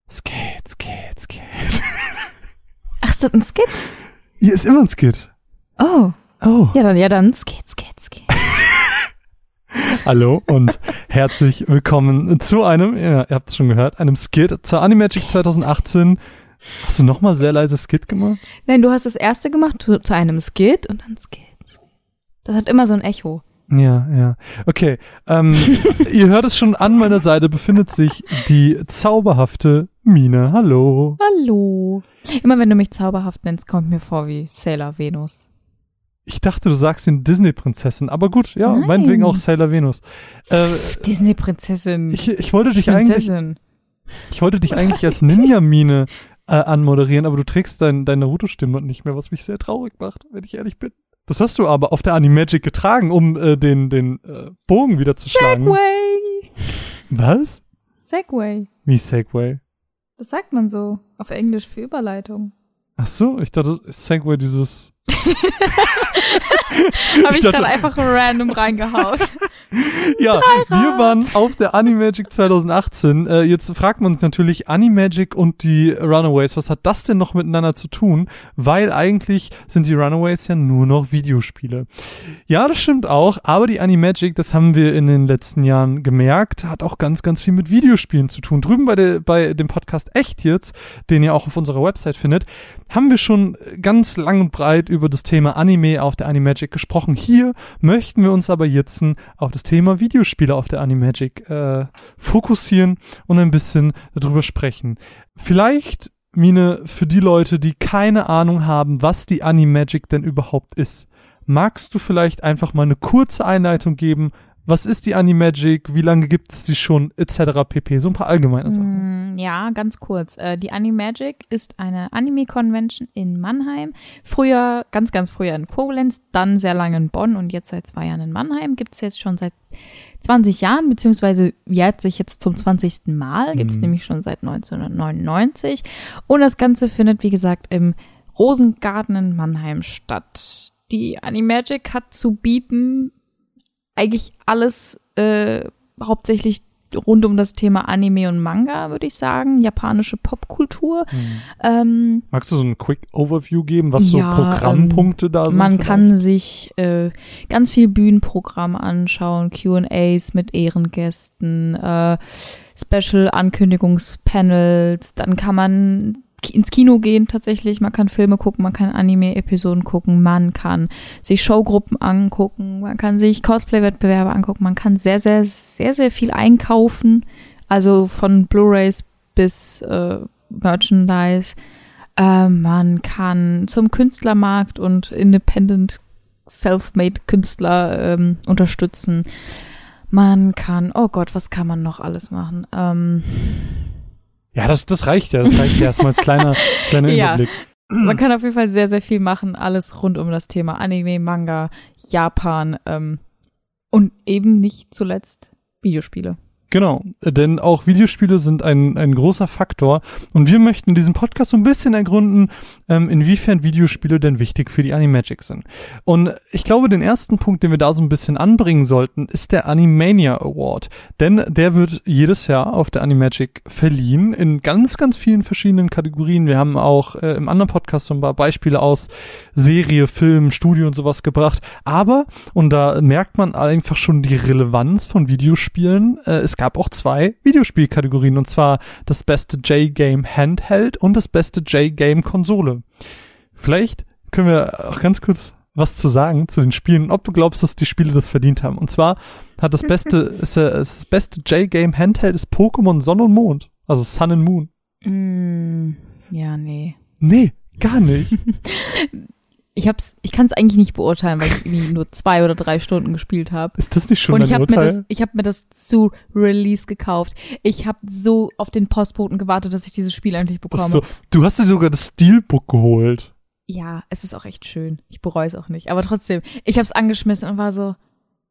Skit. Ach, ist das ein Skit? Hier ist immer ein Skit. Oh. Ja, dann Skit. Hallo und herzlich willkommen zu einem, ja, ihr habt es schon gehört, einem Skit zur Animagic 2018. Hast du nochmal sehr leise Skit gemacht? Nein, du hast das erste gemacht zu einem Skit und dann Skits. Das hat immer so ein Echo. Ja. Okay, ihr hört es schon, an meiner Seite befindet sich die zauberhafte Mine. Hallo. Hallo. Immer wenn du mich zauberhaft nennst, kommt mir vor wie Sailor Venus. Ich dachte, du sagst den Disney-Prinzessin, aber gut, ja, Nein. Meinetwegen auch Sailor Venus. Disney-Prinzessin. Ich wollte dich eigentlich als Ninja-Mine anmoderieren, aber du trägst deine Naruto-Stimme nicht mehr, was mich sehr traurig macht, wenn ich ehrlich bin. Das hast du aber auf der Animagic getragen, um den Bogen wieder zu schlagen. Segway. Was? Segway. Wie Segway? Das sagt man so auf Englisch für Überleitung. Ach so, ich dachte, Segway dieses... Habe ich gerade einfach random reingehauen. Ja, wir waren auf der Animagic 2018. Jetzt fragt man uns natürlich, Animagic und die Runaways, was hat das denn noch miteinander zu tun? Weil eigentlich sind die Runaways ja nur noch Videospiele. Ja, das stimmt auch, aber die Animagic, das haben wir in den letzten Jahren gemerkt, hat auch ganz, ganz viel mit Videospielen zu tun. Drüben bei dem Podcast Echt jetzt, den ihr auch auf unserer Website findet, haben wir schon ganz lang und breit über das Thema Anime auf der Animagic gesprochen. Hier möchten wir uns aber jetzt auf das Thema Videospiele auf der Animagic fokussieren und ein bisschen darüber sprechen. Vielleicht, Mine, für die Leute, die keine Ahnung haben, was die Animagic denn überhaupt ist, magst du vielleicht einfach mal eine kurze Einleitung geben? Was ist die Animagic? Wie lange gibt es sie schon? Etc. pp. So ein paar allgemeine Sachen. Ja, ganz kurz. Die Animagic ist eine Anime-Convention in Mannheim. Früher, ganz, ganz früher in Koblenz, dann sehr lange in Bonn und jetzt seit 2 Jahren in Mannheim. Gibt es jetzt schon seit 20 Jahren, beziehungsweise jährt sich jetzt zum 20. Mal. Gibt es nämlich schon seit 1999. Und das Ganze findet, wie gesagt, im Rosengarten in Mannheim statt. Die Animagic hat zu bieten eigentlich alles hauptsächlich rund um das Thema Anime und Manga, würde ich sagen. Japanische Popkultur. Magst du so einen Quick Overview geben, was so Programmpunkte da sind? Man kann sich ganz viel Bühnenprogramm anschauen, Q&As mit Ehrengästen, Special-Ankündigungspanels. Dann kann man ins Kino gehen tatsächlich, man kann Filme gucken, man kann Anime-Episoden gucken, man kann sich Showgruppen angucken, man kann sich Cosplay-Wettbewerbe angucken, man kann sehr, sehr, sehr, sehr viel einkaufen, also von Blu-rays bis Merchandise. Man kann zum Künstlermarkt und Independent Self-Made-Künstler unterstützen. Man kann, oh Gott, was kann man noch alles machen? Ja, das reicht ja. Das reicht ja erstmal als kleiner Überblick. Man kann auf jeden Fall sehr, sehr viel machen. Alles rund um das Thema Anime, Manga, Japan und eben nicht zuletzt Videospiele. Genau, denn auch Videospiele sind ein großer Faktor und wir möchten in diesem Podcast so ein bisschen ergründen, inwiefern Videospiele denn wichtig für die Animagic sind. Und ich glaube, den ersten Punkt, den wir da so ein bisschen anbringen sollten, ist der Animania Award, denn der wird jedes Jahr auf der Animagic verliehen in ganz, ganz vielen verschiedenen Kategorien. Wir haben auch im anderen Podcast so ein paar Beispiele aus Serie, Film, Studio und sowas gebracht, aber, und da merkt man einfach schon die Relevanz von Videospielen, es gab auch 2 Videospielkategorien, und zwar das beste J-Game Handheld und das beste J-Game Konsole. Vielleicht können wir auch ganz kurz was zu sagen zu den Spielen und ob du glaubst, dass die Spiele das verdient haben. Und zwar hat das beste J-Game Handheld ist Pokémon Sonne und Mond, also Sun and Moon. Ja, nee. Nee, gar nicht. Ich kann es eigentlich nicht beurteilen, weil ich irgendwie nur 2 oder 3 Stunden gespielt habe. Ist das nicht schon ein Urteil? Ich habe mir das zu Release gekauft. Ich habe so auf den Postboten gewartet, dass ich dieses Spiel endlich bekomme. So, du hast dir sogar das Steelbook geholt. Ja, es ist auch echt schön. Ich bereue es auch nicht. Aber trotzdem, ich habe es angeschmissen und war so,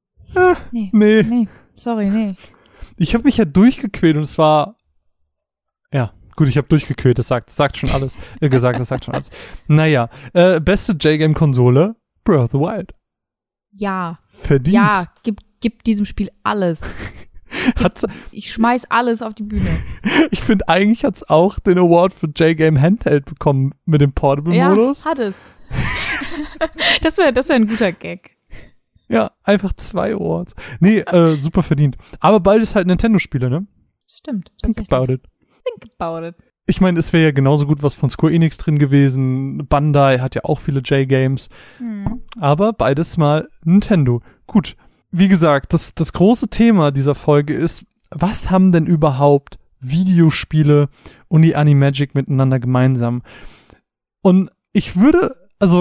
nee. Sorry, nee. Ich habe mich ja durchgequält und es war, ja. Gut, ich habe durchgequält, das sagt schon alles. Das sagt schon alles. Naja, beste J-Game-Konsole, Breath of the Wild. Ja. Verdient. Ja, gib diesem Spiel alles. Ich schmeiß alles auf die Bühne. Ich finde, eigentlich hat's auch den Award für J-Game Handheld bekommen mit dem Portable-Modus. Ja, hat es. Das wär ein guter Gag. Ja, einfach 2 Awards. Nee, super verdient. Aber beides halt Nintendo-Spiele, ne? Stimmt. Think about it. Think about it. Ich meine, es wäre ja genauso gut was von Square Enix drin gewesen. Bandai hat ja auch viele J-Games. Aber beides mal Nintendo. Gut. Wie gesagt, das große Thema dieser Folge ist, was haben denn überhaupt Videospiele und die Animagic miteinander gemeinsam? Und ich würde,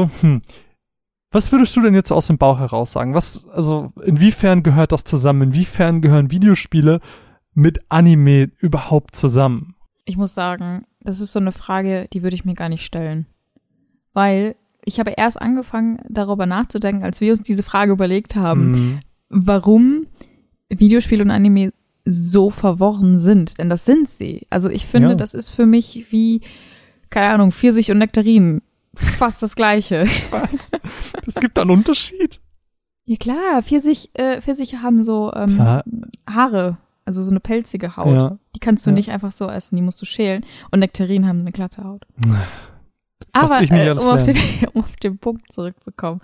was würdest du denn jetzt aus dem Bauch heraus sagen? Inwiefern gehört das zusammen? Inwiefern gehören Videospiele mit Anime überhaupt zusammen? Ich muss sagen, das ist so eine Frage, die würde ich mir gar nicht stellen. Weil ich habe erst angefangen, darüber nachzudenken, als wir uns diese Frage überlegt haben, warum Videospiele und Anime so verworren sind. Denn das sind sie. Also ich finde, das ist für mich wie, keine Ahnung, Pfirsich und Nektarinen. Fast das Gleiche. Was? Es gibt da einen Unterschied. Ja klar, Pfirsiche haben so Haare. Also so eine pelzige Haut. Ja. Die kannst du nicht einfach so essen, die musst du schälen. Und Nektarinen haben eine glatte Haut. Aber um auf den Punkt zurückzukommen,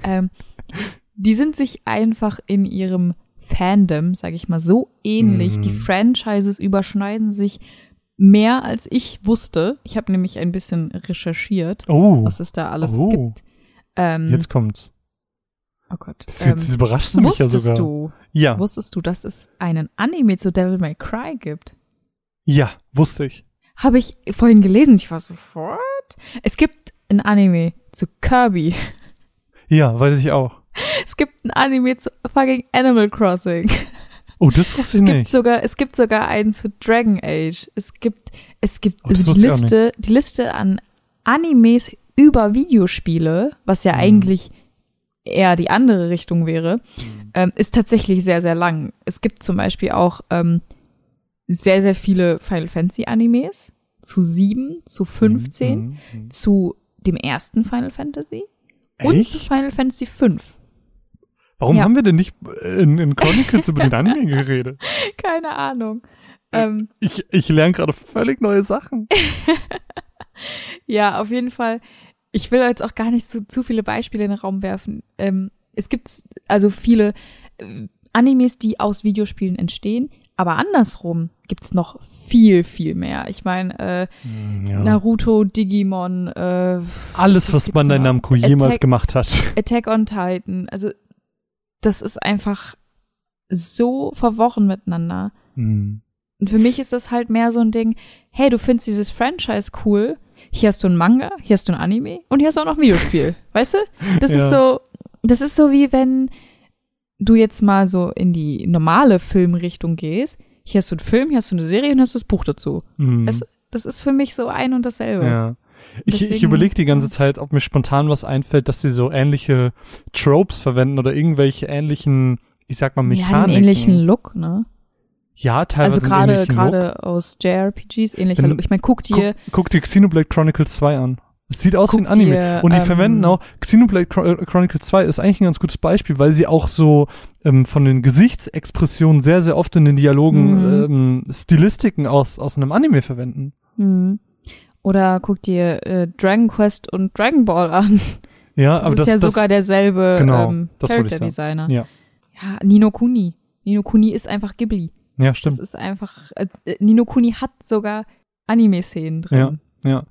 die sind sich einfach in ihrem Fandom, sag ich mal, so ähnlich. Die Franchises überschneiden sich mehr, als ich wusste. Ich habe nämlich ein bisschen recherchiert, was es da alles gibt. Jetzt kommt's. Oh Gott. Jetzt überrascht mich ja sogar. Wusstest du, dass es einen Anime zu Devil May Cry gibt? Ja, wusste ich. Habe ich vorhin gelesen. Ich war so, what? Es gibt ein Anime zu Kirby. Ja, weiß ich auch. Es gibt ein Anime zu fucking Animal Crossing. Oh, das wusste ich nicht. Es gibt sogar einen zu Dragon Age. Es gibt also die Liste an Animes über Videospiele, was ja eigentlich eher die andere Richtung wäre, ist tatsächlich sehr, sehr lang. Es gibt zum Beispiel auch sehr, sehr viele Final Fantasy Animes zu 7, zu 15, zu dem ersten Final Fantasy und zu Final Fantasy 5. Warum haben wir denn nicht in Chronicles über den Anime geredet? Keine Ahnung. Ich lerne gerade völlig neue Sachen. Ja, auf jeden Fall. Ich will jetzt auch gar nicht zu viele Beispiele in den Raum werfen. Es gibt also viele Animes, die aus Videospielen entstehen, aber andersrum gibt's noch viel, viel mehr. Ich meine, Naruto, Digimon, alles, was Bandai Namco jemals gemacht hat. Attack on Titan, also das ist einfach so verworren miteinander. Und für mich ist das halt mehr so ein Ding, hey, du findest dieses Franchise cool, hier hast du ein Manga, hier hast du ein Anime und hier hast du auch noch ein Videospiel. Weißt du? Das ist so wie wenn du jetzt mal so in die normale Filmrichtung gehst. Hier hast du einen Film, hier hast du eine Serie und hier hast du das Buch dazu. Weißt du? Das ist für mich so ein und dasselbe. Ja. Ich überlege die ganze Zeit, ob mir spontan was einfällt, dass sie so ähnliche Tropes verwenden oder irgendwelche ähnlichen, ich sag mal, Mechaniken. Ja, einen ähnlichen Look, ne? Ja, teilweise also gerade aus JRPGs ähnlicher Look. Ich meine, guck dir Xenoblade Chronicles 2 an. Es sieht aus wie ein Anime. Und die verwenden auch, Xenoblade Chronicles 2 ist eigentlich ein ganz gutes Beispiel, weil sie auch so von den Gesichtsexpressionen sehr, sehr oft in den Dialogen Stilistiken aus einem Anime verwenden. Oder guck dir Dragon Quest und Dragon Ball an. Ja, das ist ja sogar derselbe Character Designer. Ja, Ni no Kuni. Ni no Kuni ist einfach Ghibli. Ja, stimmt. Das ist einfach, Ni no Kuni hat sogar Anime-Szenen drin. Ja.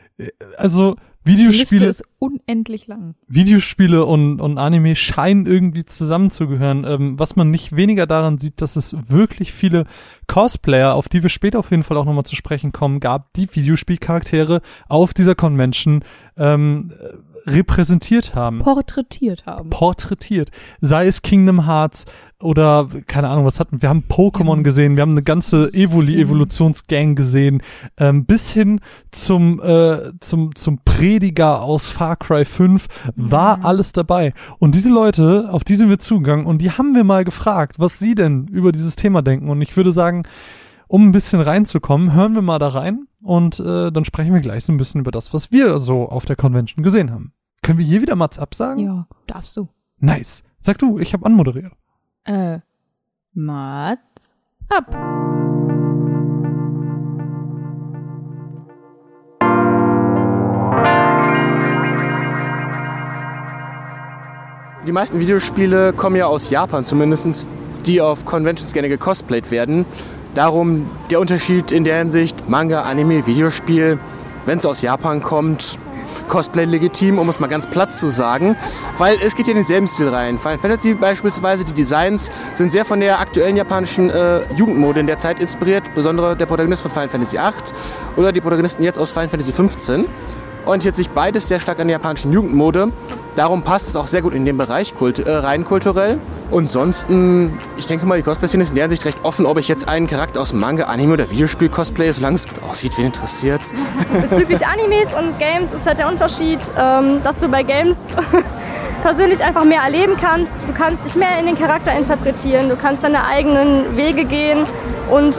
Also Videospiele. Die Liste ist unendlich lang. Videospiele und Anime scheinen irgendwie zusammenzugehören. Was man nicht weniger daran sieht, dass es wirklich viele Cosplayer, auf die wir später auf jeden Fall auch nochmal zu sprechen kommen, gab, die Videospielcharaktere auf dieser Convention repräsentiert haben. Porträtiert. Sei es Kingdom Hearts oder, keine Ahnung, was hatten wir? Wir haben Pokémon gesehen, wir haben eine ganze Evolutionsgang gesehen, bis hin zum Prediger aus Far Cry 5 war alles dabei. Und diese Leute, auf die sind wir zugegangen und die haben wir mal gefragt, was sie denn über dieses Thema denken. Und ich würde sagen, um ein bisschen reinzukommen, hören wir mal da rein und dann sprechen wir gleich so ein bisschen über das, was wir so auf der Convention gesehen haben. Können wir hier wieder Mats absagen? Ja, darfst du. Nice. Sag du, ich habe anmoderiert. Mats ab. Die meisten Videospiele kommen ja aus Japan, zumindest die auf Conventions gerne gecosplayt werden. Darum der Unterschied in der Hinsicht Manga, Anime, Videospiel, wenn es aus Japan kommt, Cosplay legitim, um es mal ganz platt zu sagen, weil es geht ja in denselben Stil rein. Final Fantasy beispielsweise, die Designs sind sehr von der aktuellen japanischen Jugendmode in der Zeit inspiriert, besonders der Protagonist von Final Fantasy VIII oder die Protagonisten jetzt aus Final Fantasy XV. Orientiert sich beides sehr stark an der japanischen Jugendmode. Darum passt es auch sehr gut in den Bereich rein kulturell. Und sonst, ich denke mal, die Cosplay-Szene ist in der Hinsicht recht offen, ob ich jetzt einen Charakter aus Manga, Anime oder Videospiel cosplaye, solange es gut aussieht, wen interessiert's? Bezüglich Animes und Games ist halt der Unterschied, dass du bei Games persönlich einfach mehr erleben kannst. Du kannst dich mehr in den Charakter interpretieren, du kannst deine eigenen Wege gehen. Und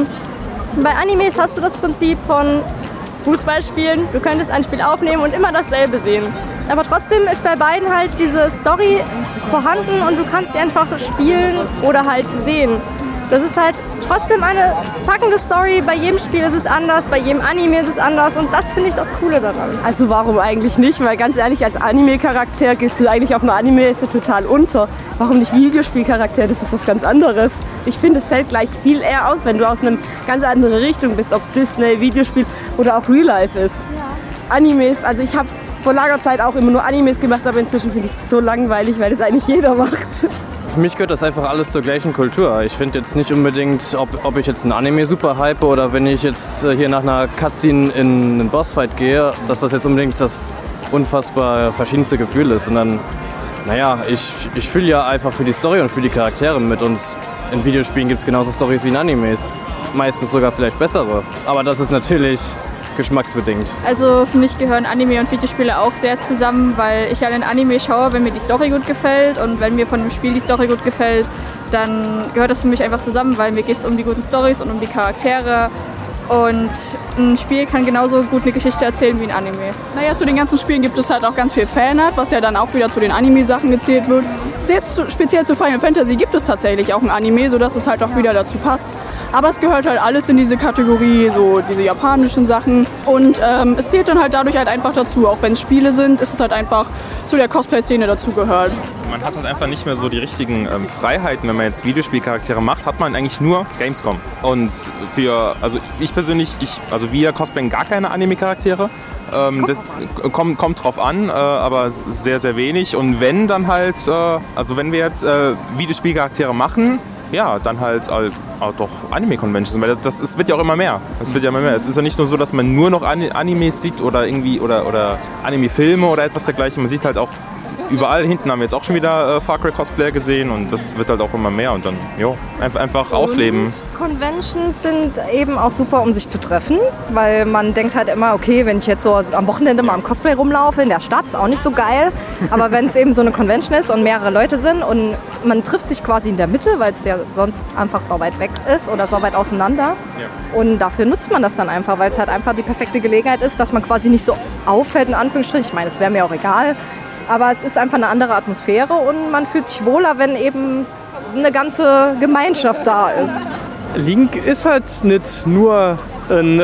bei Animes hast du das Prinzip von Fußball spielen. Du könntest ein Spiel aufnehmen und immer dasselbe sehen. Aber trotzdem ist bei beiden halt diese Story vorhanden und du kannst die einfach spielen oder halt sehen. Das ist halt trotzdem eine packende Story. Bei jedem Spiel ist es anders, bei jedem Anime ist es anders und das finde ich das Coole daran. Also warum eigentlich nicht? Weil ganz ehrlich, als Anime-Charakter gehst du eigentlich auf einer Anime-Liste total unter. Warum nicht Videospielcharakter? Das ist was ganz anderes. Ich finde, es fällt gleich viel eher aus, wenn du aus einer ganz anderen Richtung bist, ob es Disney, Videospiel oder auch Real Life ist. Ja. Animes, also ich habe vor langer Zeit auch immer nur Animes gemacht, aber inzwischen finde ich es so langweilig, weil das eigentlich jeder macht. Für mich gehört das einfach alles zur gleichen Kultur. Ich finde jetzt nicht unbedingt, ob ich jetzt ein Anime super hype oder wenn ich jetzt hier nach einer Cutscene in einen Bossfight gehe, dass das jetzt unbedingt das unfassbar verschiedenste Gefühl ist. Sondern, naja, ich fühle ja einfach für die Story und für die Charaktere mit. Und in Videospielen gibt es genauso Storys wie in Animes. Meistens sogar vielleicht bessere. Aber das ist natürlich geschmacksbedingt. Also für mich gehören Anime und Videospiele auch sehr zusammen, weil ich einen Anime schaue, wenn mir die Story gut gefällt und wenn mir von dem Spiel die Story gut gefällt, dann gehört das für mich einfach zusammen, weil mir geht es um die guten Storys und um die Charaktere und ein Spiel kann genauso gut eine Geschichte erzählen wie ein Anime. Naja, zu den ganzen Spielen gibt es halt auch ganz viel Fanart, was ja dann auch wieder zu den Anime-Sachen gezählt wird. Jetzt speziell zu Final Fantasy gibt es tatsächlich auch ein Anime, sodass es halt auch wieder dazu passt. Aber es gehört halt alles in diese Kategorie, so diese japanischen Sachen. Und es zählt dann halt dadurch halt einfach dazu. Auch wenn es Spiele sind, ist es halt einfach zu der Cosplay-Szene dazugehört. Man hat halt einfach nicht mehr so die richtigen Freiheiten, wenn man jetzt Videospielcharaktere macht, hat man eigentlich nur Gamescom. Und also ich persönlich, wir cosplayen gar keine Anime-Charaktere. Das kommt drauf an, aber sehr, sehr wenig. Und wenn dann halt, wenn wir jetzt Videospielcharaktere machen, ja, dann halt doch Anime-Conventions, weil es wird ja auch immer mehr. Es ist ja nicht nur so, dass man nur noch Animes sieht oder irgendwie oder Anime-Filme oder etwas dergleichen. Man sieht halt auch überall, hinten haben wir jetzt auch schon wieder Far Cry Cosplayer gesehen und das wird halt auch immer mehr und dann einfach ausleben. Conventions sind eben auch super, um sich zu treffen, weil man denkt halt immer, okay, wenn ich jetzt so am Wochenende mal im Cosplay rumlaufe in der Stadt, ist auch nicht so geil, aber wenn es eben so eine Convention ist und mehrere Leute sind und man trifft sich quasi in der Mitte, weil es ja sonst einfach so weit weg ist oder so weit auseinander und dafür nutzt man das dann einfach, weil es halt einfach die perfekte Gelegenheit ist, dass man quasi nicht so auffällt, in Anführungsstrichen, ich meine, es wäre mir auch egal, aber es ist einfach eine andere Atmosphäre und man fühlt sich wohler, wenn eben eine ganze Gemeinschaft da ist. Link ist halt nicht nur ein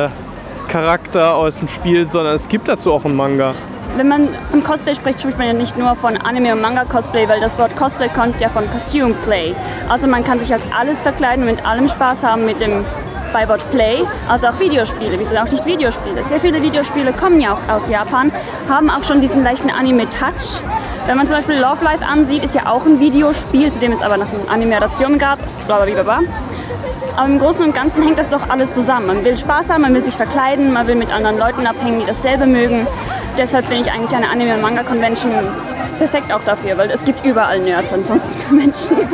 Charakter aus dem Spiel, sondern es gibt dazu auch einen Manga. Wenn man von Cosplay spricht, spricht man ja nicht nur von Anime- und Manga-Cosplay, weil das Wort Cosplay kommt ja von Costume Play. Also man kann sich als alles verkleiden und mit allem Spaß haben mit dem Byword Play, also auch Videospiele. Wieso auch nicht Videospiele? Sehr viele Videospiele kommen ja auch aus Japan, haben auch schon diesen leichten Anime-Touch. Wenn man zum Beispiel Love Live ansieht, ist ja auch ein Videospiel, zu dem es aber noch eine Animation gab, blablabla. Aber im Großen und Ganzen hängt das doch alles zusammen. Man will Spaß haben, man will sich verkleiden, man will mit anderen Leuten abhängen, die dasselbe mögen. Deshalb finde ich eigentlich eine Anime- und Manga-Convention perfekt auch dafür, weil es gibt überall Nerds an sonstigen Conventions.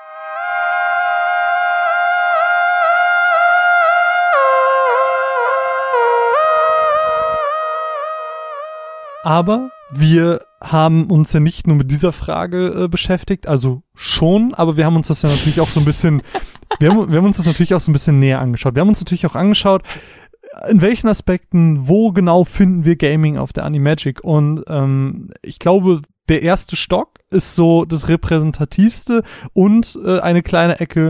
Aber wir haben uns ja nicht nur mit dieser Frage beschäftigt, also schon, aber wir haben uns das ja natürlich auch so ein bisschen, wir haben uns das natürlich auch so ein bisschen näher angeschaut. Wir haben uns natürlich auch angeschaut, in welchen Aspekten, wo genau finden wir Gaming auf der Animagic und ich glaube, der erste Stock ist so das repräsentativste und eine kleine Ecke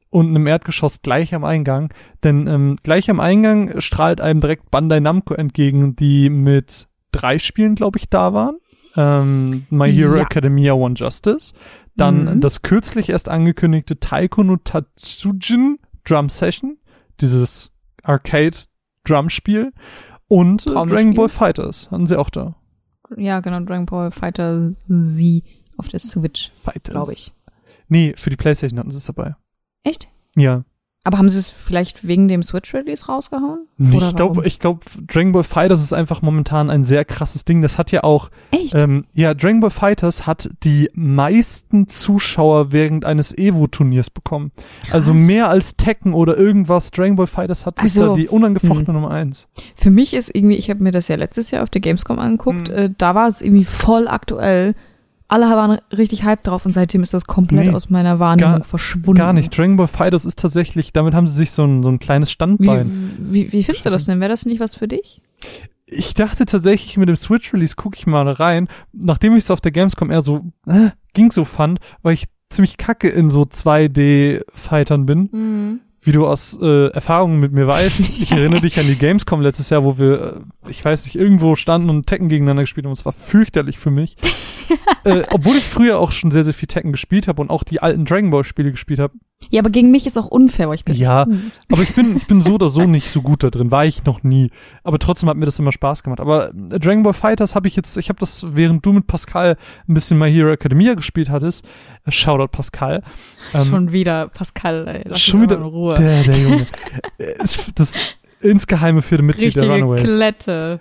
und einem Erdgeschoss gleich am Eingang. Denn gleich am Eingang strahlt einem direkt Bandai Namco entgegen, die mit 3 Spielen, glaube ich, da waren. My Hero Academia One Justice. Dann das kürzlich erst angekündigte Taiko no Tatsujin Drum Session. Dieses Arcade-Drum-Spiel. Und Dragon Ball Fighters hatten sie auch da. Ja, genau, Dragon Ball Fighter Z auf der Switch, glaube ich. Nee, für die PlayStation hatten sie es dabei. Echt? Ja. Aber haben sie es vielleicht wegen dem Switch-Release rausgehauen? Nee, ich glaube, Dragon Ball Fighters ist einfach momentan ein sehr krasses Ding. Das hat ja auch... Echt? Dragon Ball Fighters hat die meisten Zuschauer während eines Evo-Turniers bekommen. Krass. Also mehr als Tekken oder irgendwas. Dragon Ball Fighters ist da die unangefochtene Nummer 1. Für mich ist irgendwie, ich habe mir das ja letztes Jahr auf der Gamescom angeguckt, da war es irgendwie voll aktuell. Alle waren richtig hyped drauf und seitdem ist das komplett aus meiner Wahrnehmung verschwunden. Gar nicht. Dragon Ball Fighters ist tatsächlich, damit haben sie sich so ein kleines Standbein. Wie findest du das denn? Wäre das nicht was für dich? Ich dachte tatsächlich, mit dem Switch-Release gucke ich mal rein. Nachdem ich es auf der Gamescom eher so fand, weil ich ziemlich kacke in so 2D-Fightern bin. Wie du aus Erfahrungen mit mir weißt. Ich erinnere dich an die Gamescom letztes Jahr, wo wir, ich weiß nicht, irgendwo standen und Tekken gegeneinander gespielt haben. Es war fürchterlich für mich. Obwohl ich früher auch schon sehr, sehr viel Tekken gespielt habe und auch die alten Dragon Ball Spiele gespielt habe. Ja, aber gegen mich ist auch unfair, weil ich bin. Ja, aber ich bin so oder so nicht so gut da drin. War ich noch nie. Aber trotzdem hat mir das immer Spaß gemacht. Aber Dragon Ball Fighters habe ich habe das, während du mit Pascal ein bisschen My Hero Academia gespielt hattest. Shoutout Pascal. Schon wieder Pascal, ey. Lass schon wieder in Ruhe. Der Junge. Das insgeheime vierte Mitglied der Runaways. Klette.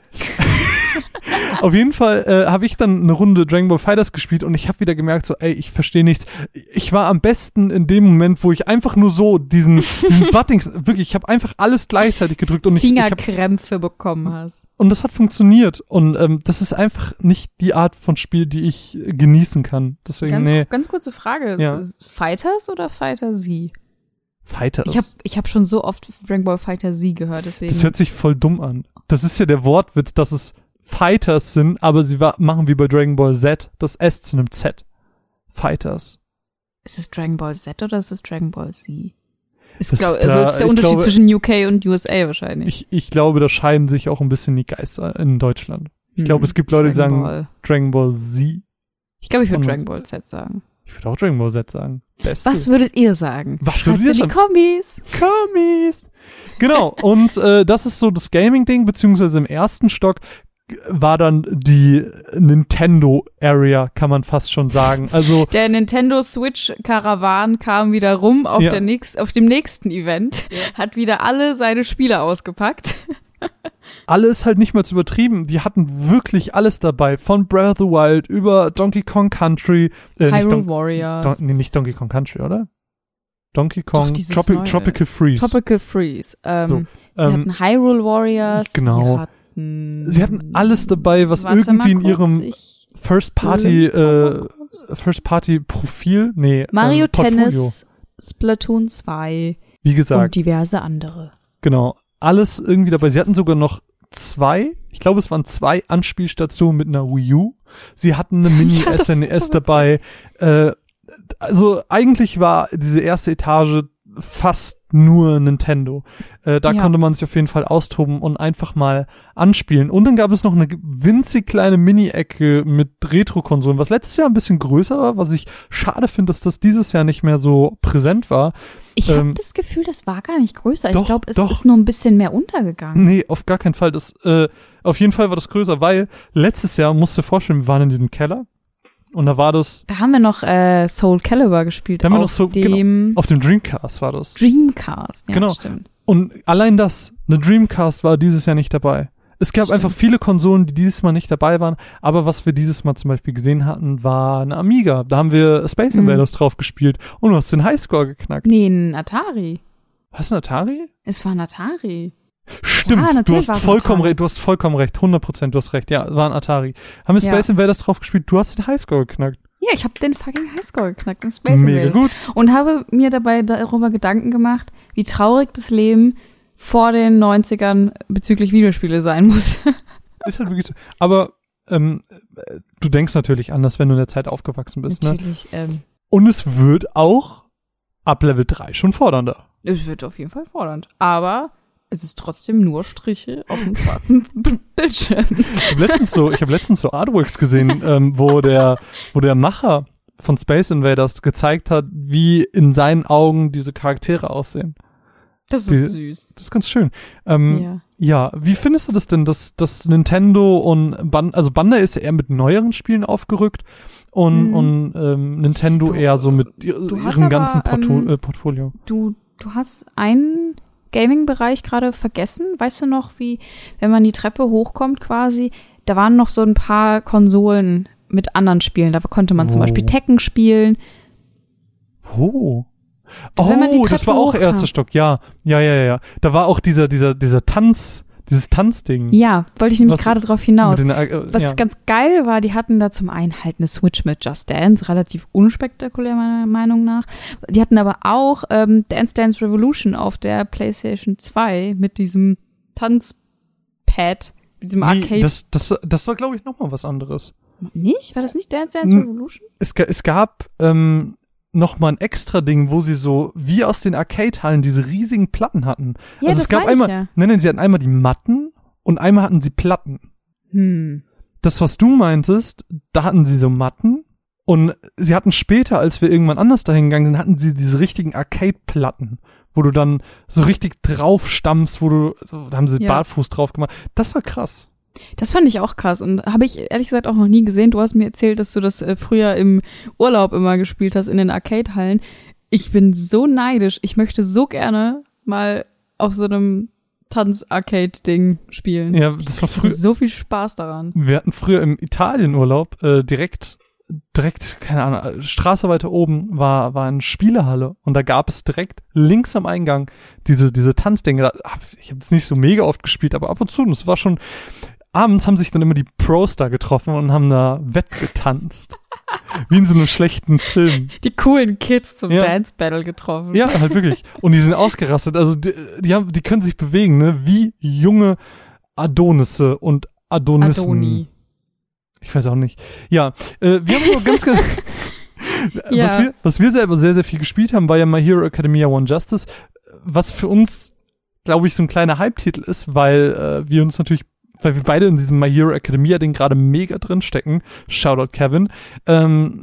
Auf jeden Fall habe ich dann eine Runde Dragon Ball Fighters gespielt und ich habe wieder gemerkt, so, ich verstehe nichts. Ich war am besten in dem Moment, wo ich einfach nur so diesen Buttons, wirklich, ich habe einfach alles gleichzeitig gedrückt und Fingerkrämpfe bekommen hast. Und das hat funktioniert und das ist einfach nicht die Art von Spiel, die ich genießen kann. Deswegen, ganz kurze Frage. Ja. Fighters oder Fighter Z? Fighters. Ich hab schon so oft Dragon Ball Fighter Z gehört, deswegen. Das hört sich voll dumm an. Das ist ja der Wortwitz, dass es Fighters sind, aber sie machen wie bei Dragon Ball Z das S zu einem Z. Fighters. Ist es Dragon Ball Z oder ist es Dragon Ball Z? Ist der Unterschied zwischen UK und USA wahrscheinlich. Ich glaube, da scheiden sich auch ein bisschen die Geister in Deutschland. Ich glaube, es gibt Leute, die sagen Dragon Ball Z. Ich glaube, ich würde Dragon Ball Z sagen. Ich würde auch Dragon Ball Z sagen. Beste. Was würdet ihr sagen? Was würdet ihr sagen? Kommis. Genau. Und das ist so das Gaming-Ding, beziehungsweise im ersten Stock war dann die Nintendo-Area, kann man fast schon sagen. Also der Nintendo Switch-Karawan kam wieder rum auf auf dem nächsten Event, hat wieder alle seine Spiele ausgepackt. Alles halt nicht mal zu übertrieben. Die hatten wirklich alles dabei. Von Breath of the Wild über Donkey Kong Country. Hyrule Warriors. Nicht Donkey Kong Country, oder? Donkey Kong Tropical Freeze. Tropical Freeze. Sie hatten Hyrule Warriors. Genau. Sie hatten alles dabei, was irgendwie in ihrem First-Party-Profil, Mario Tennis, Splatoon 2. Wie gesagt. Und diverse andere. Genau. Alles irgendwie dabei. Sie hatten sogar noch 2, ich glaube, es waren 2 Anspielstationen mit einer Wii U. Sie hatten eine Mini-SNES dabei. Also eigentlich war diese erste Etage fast nur Nintendo. Da konnte man sich auf jeden Fall austoben und einfach mal anspielen. Und dann gab es noch eine winzig kleine Mini-Ecke mit Retro-Konsolen, was letztes Jahr ein bisschen größer war, was ich schade finde, dass das dieses Jahr nicht mehr so präsent war. Ich habe das Gefühl, das war gar nicht größer. Ich glaube, es ist nur ein bisschen mehr untergegangen. Nee, auf gar keinen Fall. Auf jeden Fall war das größer, weil letztes Jahr, musst du dir vorstellen, wir waren in diesem Keller. Und da war das. Da haben wir noch Soul Calibur gespielt. Da haben wir noch auf dem Dreamcast war das. Dreamcast, ja, genau. Stimmt. Und allein eine Dreamcast war dieses Jahr nicht dabei. Es gab einfach viele Konsolen, die dieses Mal nicht dabei waren. Aber was wir dieses Mal zum Beispiel gesehen hatten, war eine Amiga. Da haben wir Space Invaders drauf gespielt. Und du hast den Highscore geknackt. Nee, ein Atari. Was, ein Atari? Es war ein Atari. Stimmt, du hast vollkommen recht, 100%, du hast recht, ja, war ein Atari. Haben wir Space Invaders drauf gespielt, du hast den Highscore geknackt. Ja, ich habe den fucking Highscore geknackt in Space Invaders. Mega gut. Und habe mir dabei darüber Gedanken gemacht, wie traurig das Leben vor den 90ern bezüglich Videospiele sein muss. Ist halt wirklich so. Aber du denkst natürlich anders, wenn du in der Zeit aufgewachsen bist. Natürlich. Ne? Und es wird auch ab Level 3 schon fordernder. Es wird auf jeden Fall fordernd. Aber es ist trotzdem nur Striche auf dem schwarzen Bildschirm. Ich habe letztens so Artworks gesehen, wo der Macher von Space Invaders gezeigt hat, wie in seinen Augen diese Charaktere aussehen. Das ist süß. Das ist ganz schön. Ja, wie findest du das denn, dass Nintendo und Bandai ist ja eher mit neueren Spielen aufgerückt und Nintendo eher so mit ihrem ganzen Portfolio. Du hast einen Gaming-Bereich gerade vergessen. Weißt du noch, wie, wenn man die Treppe hochkommt quasi, da waren noch so ein paar Konsolen mit anderen Spielen. Da konnte man zum Beispiel Tekken spielen. Oh, das war auch erster Stock, ja. Da war auch dieses Tanzding. Ja, wollte ich nämlich gerade drauf hinaus. Was ganz geil war, die hatten da zum einen halt eine Switch mit Just Dance, relativ unspektakulär meiner Meinung nach. Die hatten aber auch Dance Dance Revolution auf der PlayStation 2 mit diesem Tanzpad, mit diesem Arcade. Das war, glaube ich, nochmal was anderes. Nicht? War das nicht Dance Dance Revolution? Es gab noch mal ein extra Ding, wo sie so wie aus den Arcade-Hallen diese riesigen Platten hatten. Ja, also es gab einmal, sie hatten einmal die Matten und einmal hatten sie Platten. Das, was du meintest, da hatten sie so Matten und sie hatten später, als wir irgendwann anders dahin gegangen sind, hatten sie diese richtigen Arcade-Platten, wo du dann so richtig drauf stammst, da haben sie Barfuß drauf gemacht. Das war krass. Das fand ich auch krass und habe ich ehrlich gesagt auch noch nie gesehen. Du hast mir erzählt, dass du das früher im Urlaub immer gespielt hast in den Arcade-Hallen. Ich bin so neidisch. Ich möchte so gerne mal auf so einem Tanz-Arcade-Ding spielen. Ja, das war früher. So viel Spaß daran. Wir hatten früher im Italien-Urlaub direkt, keine Ahnung, Straße weiter oben war eine Spielehalle und da gab es direkt links am Eingang diese Tanzdinge. Ich habe es nicht so mega oft gespielt, aber ab und zu. Und es war schon. Abends haben sich dann immer die Pros da getroffen und haben da wettgetanzt. Wie in so einem schlechten Film. Die coolen Kids zum Dance Battle getroffen. Ja, halt wirklich. Und die sind ausgerastet. Also die können sich bewegen, ne? Wie junge Adonisse und Adonissen. Adoni. Ich weiß auch nicht. Ja, wir haben nur ganz was wir selber sehr, sehr viel gespielt haben, war ja My Hero Academia One Justice, was für uns, glaube ich, so ein kleiner Hype-Titel ist, weil wir beide in diesem My Hero Academia Ding gerade mega drin stecken. Shoutout Kevin. Hauen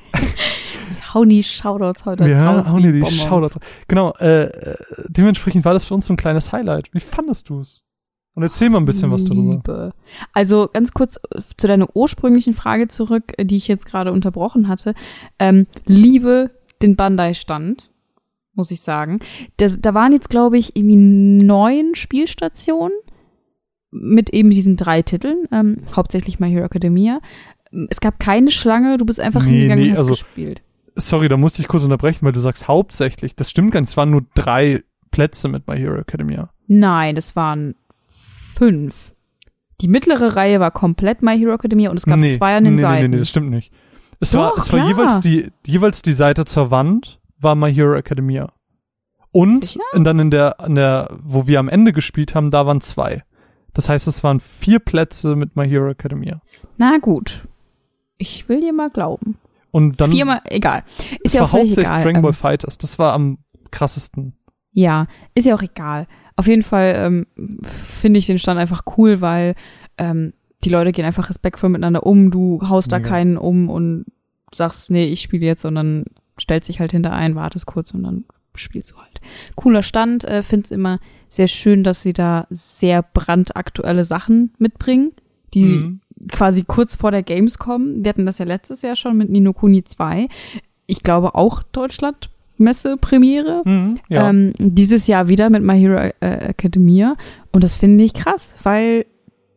die Shoutouts heute raus. Hauen die Shoutouts. Genau, dementsprechend war das für uns so ein kleines Highlight. Wie fandest du es? Und erzähl mal ein bisschen was darüber. Also ganz kurz zu deiner ursprünglichen Frage zurück, die ich jetzt gerade unterbrochen hatte. Liebe den Bandai-Stand, muss ich sagen. Da waren jetzt, glaube ich, irgendwie 9 Spielstationen mit eben diesen 3 Titeln, hauptsächlich My Hero Academia. Es gab keine Schlange, du bist einfach hingegangen und hast gespielt. Sorry, da musste ich kurz unterbrechen, weil du sagst hauptsächlich. Das stimmt gar nicht, es waren nur 3 Plätze mit My Hero Academia. Nein, es waren 5. Die mittlere Reihe war komplett My Hero Academia und es gab 2 an den Seiten. Nee, das stimmt nicht. Es war jeweils die Seite zur Wand war My Hero Academia. Und dann in der, wo wir am Ende gespielt haben, da waren 2. Das heißt, es waren 4 Plätze mit My Hero Academia. Na gut. Ich will dir mal glauben. Und dann 4-mal, egal. Ist ja auch völlig egal. Dragon Ball Fighters, das war am krassesten. Ja, ist ja auch egal. Auf jeden Fall finde ich den Stand einfach cool, weil die Leute gehen einfach respektvoll miteinander um. Du haust da keinen um und sagst, nee, ich spiele jetzt, und dann stellst dich halt hinter ein, wartest kurz und dann spielst du halt. Cooler Stand, find's immer sehr schön, dass sie da sehr brandaktuelle Sachen mitbringen, die quasi kurz vor der Gamescom, wir hatten das ja letztes Jahr schon mit Ni no Kuni 2, ich glaube auch Deutschland Messe-Premiere, dieses Jahr wieder mit My Hero Academia, und das finde ich krass, weil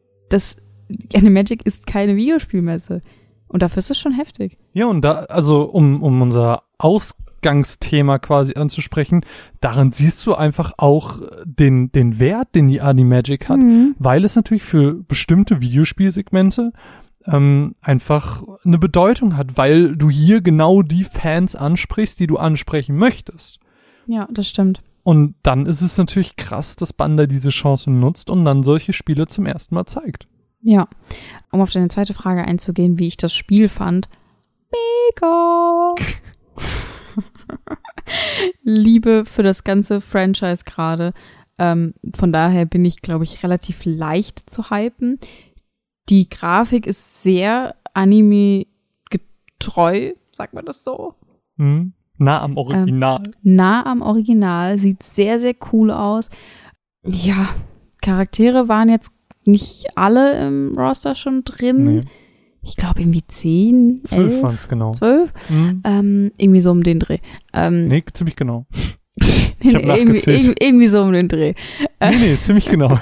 Animagic ist keine Videospielmesse und dafür ist es schon heftig. Ja, und da, also um unser Ausgangsthema quasi anzusprechen, daran siehst du einfach auch den Wert, den die Animagic hat, weil es natürlich für bestimmte Videospielsegmente einfach eine Bedeutung hat, weil du hier genau die Fans ansprichst, die du ansprechen möchtest. Ja, das stimmt. Und dann ist es natürlich krass, dass Bandai diese Chance nutzt und dann solche Spiele zum ersten Mal zeigt. Ja, um auf deine zweite Frage einzugehen, wie ich das Spiel fand. Mega! Liebe für das ganze Franchise gerade. Von daher bin ich, glaube ich, relativ leicht zu hypen. Die Grafik ist sehr anime-getreu, sagt man das so? Nah am Original. Nah am Original, sieht sehr, sehr cool aus. Ja, Charaktere waren jetzt nicht alle im Roster schon drin. Nee. Ich glaube irgendwie 10, 12 waren es, genau. 12? Irgendwie so um den Dreh. Nee, ziemlich genau. Ich hab nachgezählt. Irgendwie so um den Dreh. Nee, ziemlich genau.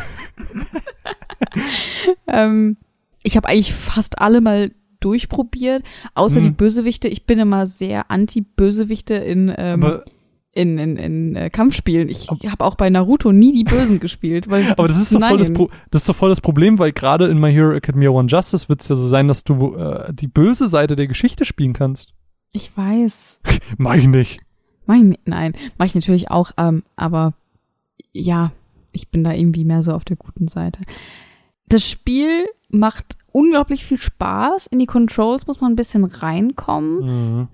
Ich habe eigentlich fast alle mal durchprobiert, außer die Bösewichte. Ich bin immer sehr anti-Bösewichte in Kampfspielen. Ich habe auch bei Naruto nie die Bösen gespielt. Aber das ist doch voll das Problem, weil gerade in My Hero Academia One Justice wird es ja so sein, dass du die böse Seite der Geschichte spielen kannst. Ich weiß. Mach ich nicht. Nein, mach ich natürlich auch, aber ja, ich bin da irgendwie mehr so auf der guten Seite. Das Spiel macht unglaublich viel Spaß. In die Controls muss man ein bisschen reinkommen.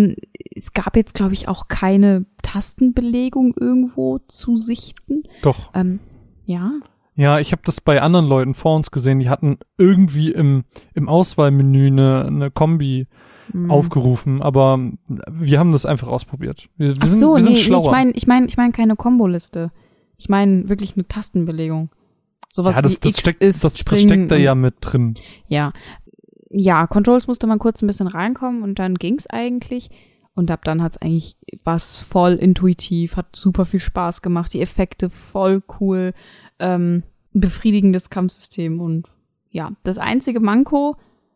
Es gab jetzt, glaube ich, auch keine Tastenbelegung irgendwo zu sichten. Doch. Ja. Ja, ich habe das bei anderen Leuten vor uns gesehen, die hatten irgendwie im Auswahlmenü eine Kombi aufgerufen, aber wir haben das einfach ausprobiert. Wir sind schlauer. Ich meine keine Komboliste. Ich meine wirklich eine Tastenbelegung. Sowas ja, das steckt da ja mit drin. Ja, Controls musste man kurz ein bisschen reinkommen und dann ging's eigentlich. Und ab dann war's voll intuitiv, hat super viel Spaß gemacht, die Effekte voll cool, befriedigendes Kampfsystem und ja, das einzige Manko,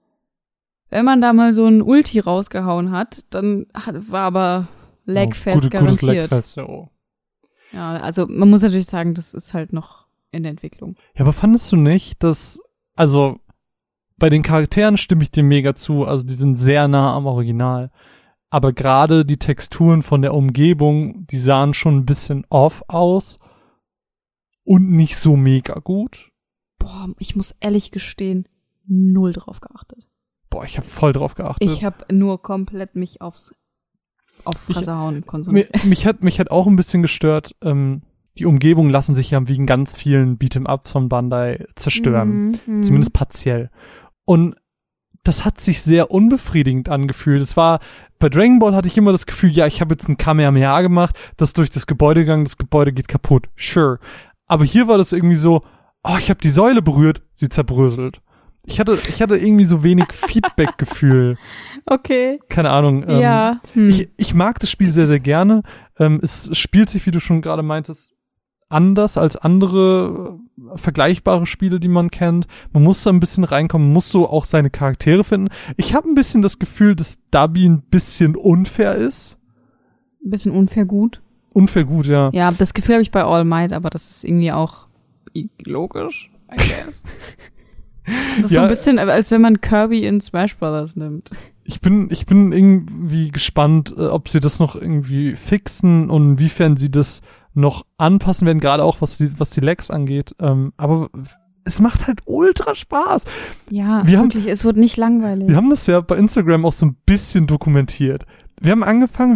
wenn man da mal so ein Ulti rausgehauen hat, dann war aber Lagfest garantiert. Lagfest, ja, oh. Ja, also man muss natürlich sagen, das ist halt noch in der Entwicklung. Ja, aber fandest du nicht, dass, also bei den Charakteren stimme ich dir mega zu, also die sind sehr nah am Original, aber gerade die Texturen von der Umgebung, die sahen schon ein bisschen off aus und nicht so mega gut. Boah, ich muss ehrlich gestehen, 0 drauf geachtet. Boah, ich habe voll drauf geachtet. Ich habe nur komplett mich auf Fresse hauen konsumiert. Mich hat auch ein bisschen gestört, die Umgebungen lassen sich ja wie in ganz vielen Beat'em-Ups von Bandai zerstören. Zumindest partiell. Und das hat sich sehr unbefriedigend angefühlt. Es war, bei Dragon Ball hatte ich immer das Gefühl, ja, ich habe jetzt ein Kamehameha gemacht, das durch das Gebäude gegangen, das Gebäude geht kaputt. Sure. Aber hier war das irgendwie so, oh, ich habe die Säule berührt, sie zerbröselt. Ich hatte irgendwie so wenig Feedback-Gefühl. Okay. Keine Ahnung. Ja. Ich mag das Spiel sehr, sehr gerne. Es spielt sich, wie du schon gerade meintest, anders als andere vergleichbare Spiele, die man kennt. Man muss da ein bisschen reinkommen, muss so auch seine Charaktere finden. Ich habe ein bisschen das Gefühl, dass Dabi ein bisschen unfair ist. Ein bisschen unfair gut? Unfair gut, ja. Ja, das Gefühl habe ich bei All Might, aber das ist irgendwie auch logisch, I guess. Das ist so ein bisschen, als wenn man Kirby in Smash Brothers nimmt. Ich bin irgendwie gespannt, ob sie das noch irgendwie fixen und inwiefern sie das noch anpassen werden, gerade auch was die Lags angeht. Aber es macht halt ultra Spaß. Ja, wirklich, es wird nicht langweilig. Wir haben das ja bei Instagram auch so ein bisschen dokumentiert. Wir haben angefangen,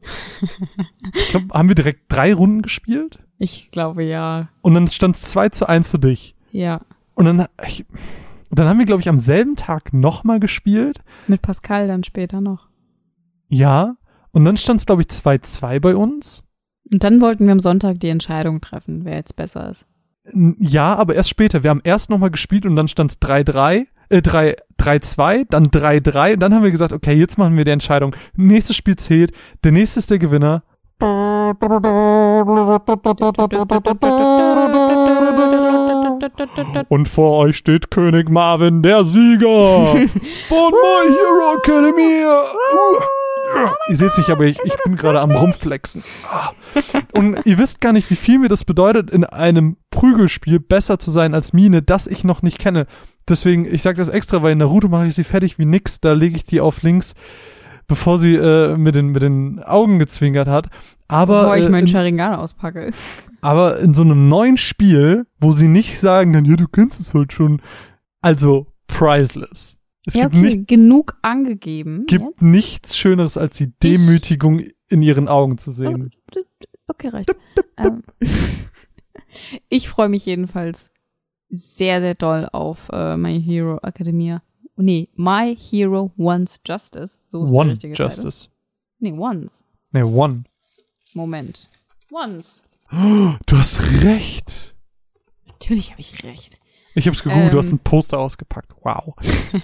ich glaube, haben wir direkt 3 Runden gespielt? Ich glaube, ja. Und dann stand es 2:1 für dich. Ja. Und dann haben wir, glaube ich, am selben Tag nochmal gespielt. Mit Pascal dann später noch. Ja. Und dann stand es, glaube ich, 2:2 bei uns. Und dann wollten wir am Sonntag die Entscheidung treffen, wer jetzt besser ist. Ja, aber erst später. Wir haben erst nochmal gespielt und dann stand es 3:2, dann 3:3. Und dann haben wir gesagt, okay, jetzt machen wir die Entscheidung. Nächstes Spiel zählt. Der nächste ist der Gewinner. Und vor euch steht König Marvin, der Sieger von My Hero Academia. Ihr seht's nicht, aber ich bin gerade am Rumflexen. Und ihr wisst gar nicht, wie viel mir das bedeutet, in einem Prügelspiel besser zu sein als Mine, das ich noch nicht kenne. Deswegen, ich sag das extra, weil in Naruto mache ich sie fertig wie nix. Da lege ich die auf links, bevor sie mit den Augen gezwinkert hat. Aber bevor ich meinen Sharingan auspacke. Aber in so einem neuen Spiel, wo sie nicht sagen, dann ja, du kennst es halt schon, also priceless. genug angegeben. Gibt nichts Schöneres, als die Demütigung in ihren Augen zu sehen. Okay, reicht. Ich freue mich jedenfalls sehr, sehr doll auf My Hero Academia. Nee, My Hero Wants Justice. So ist der richtige Titel. Justice. Nee, Once. Nee, One. Moment. Once. Du hast recht. Natürlich habe ich recht. Ich hab's gegoogelt, du hast ein Poster ausgepackt. Wow.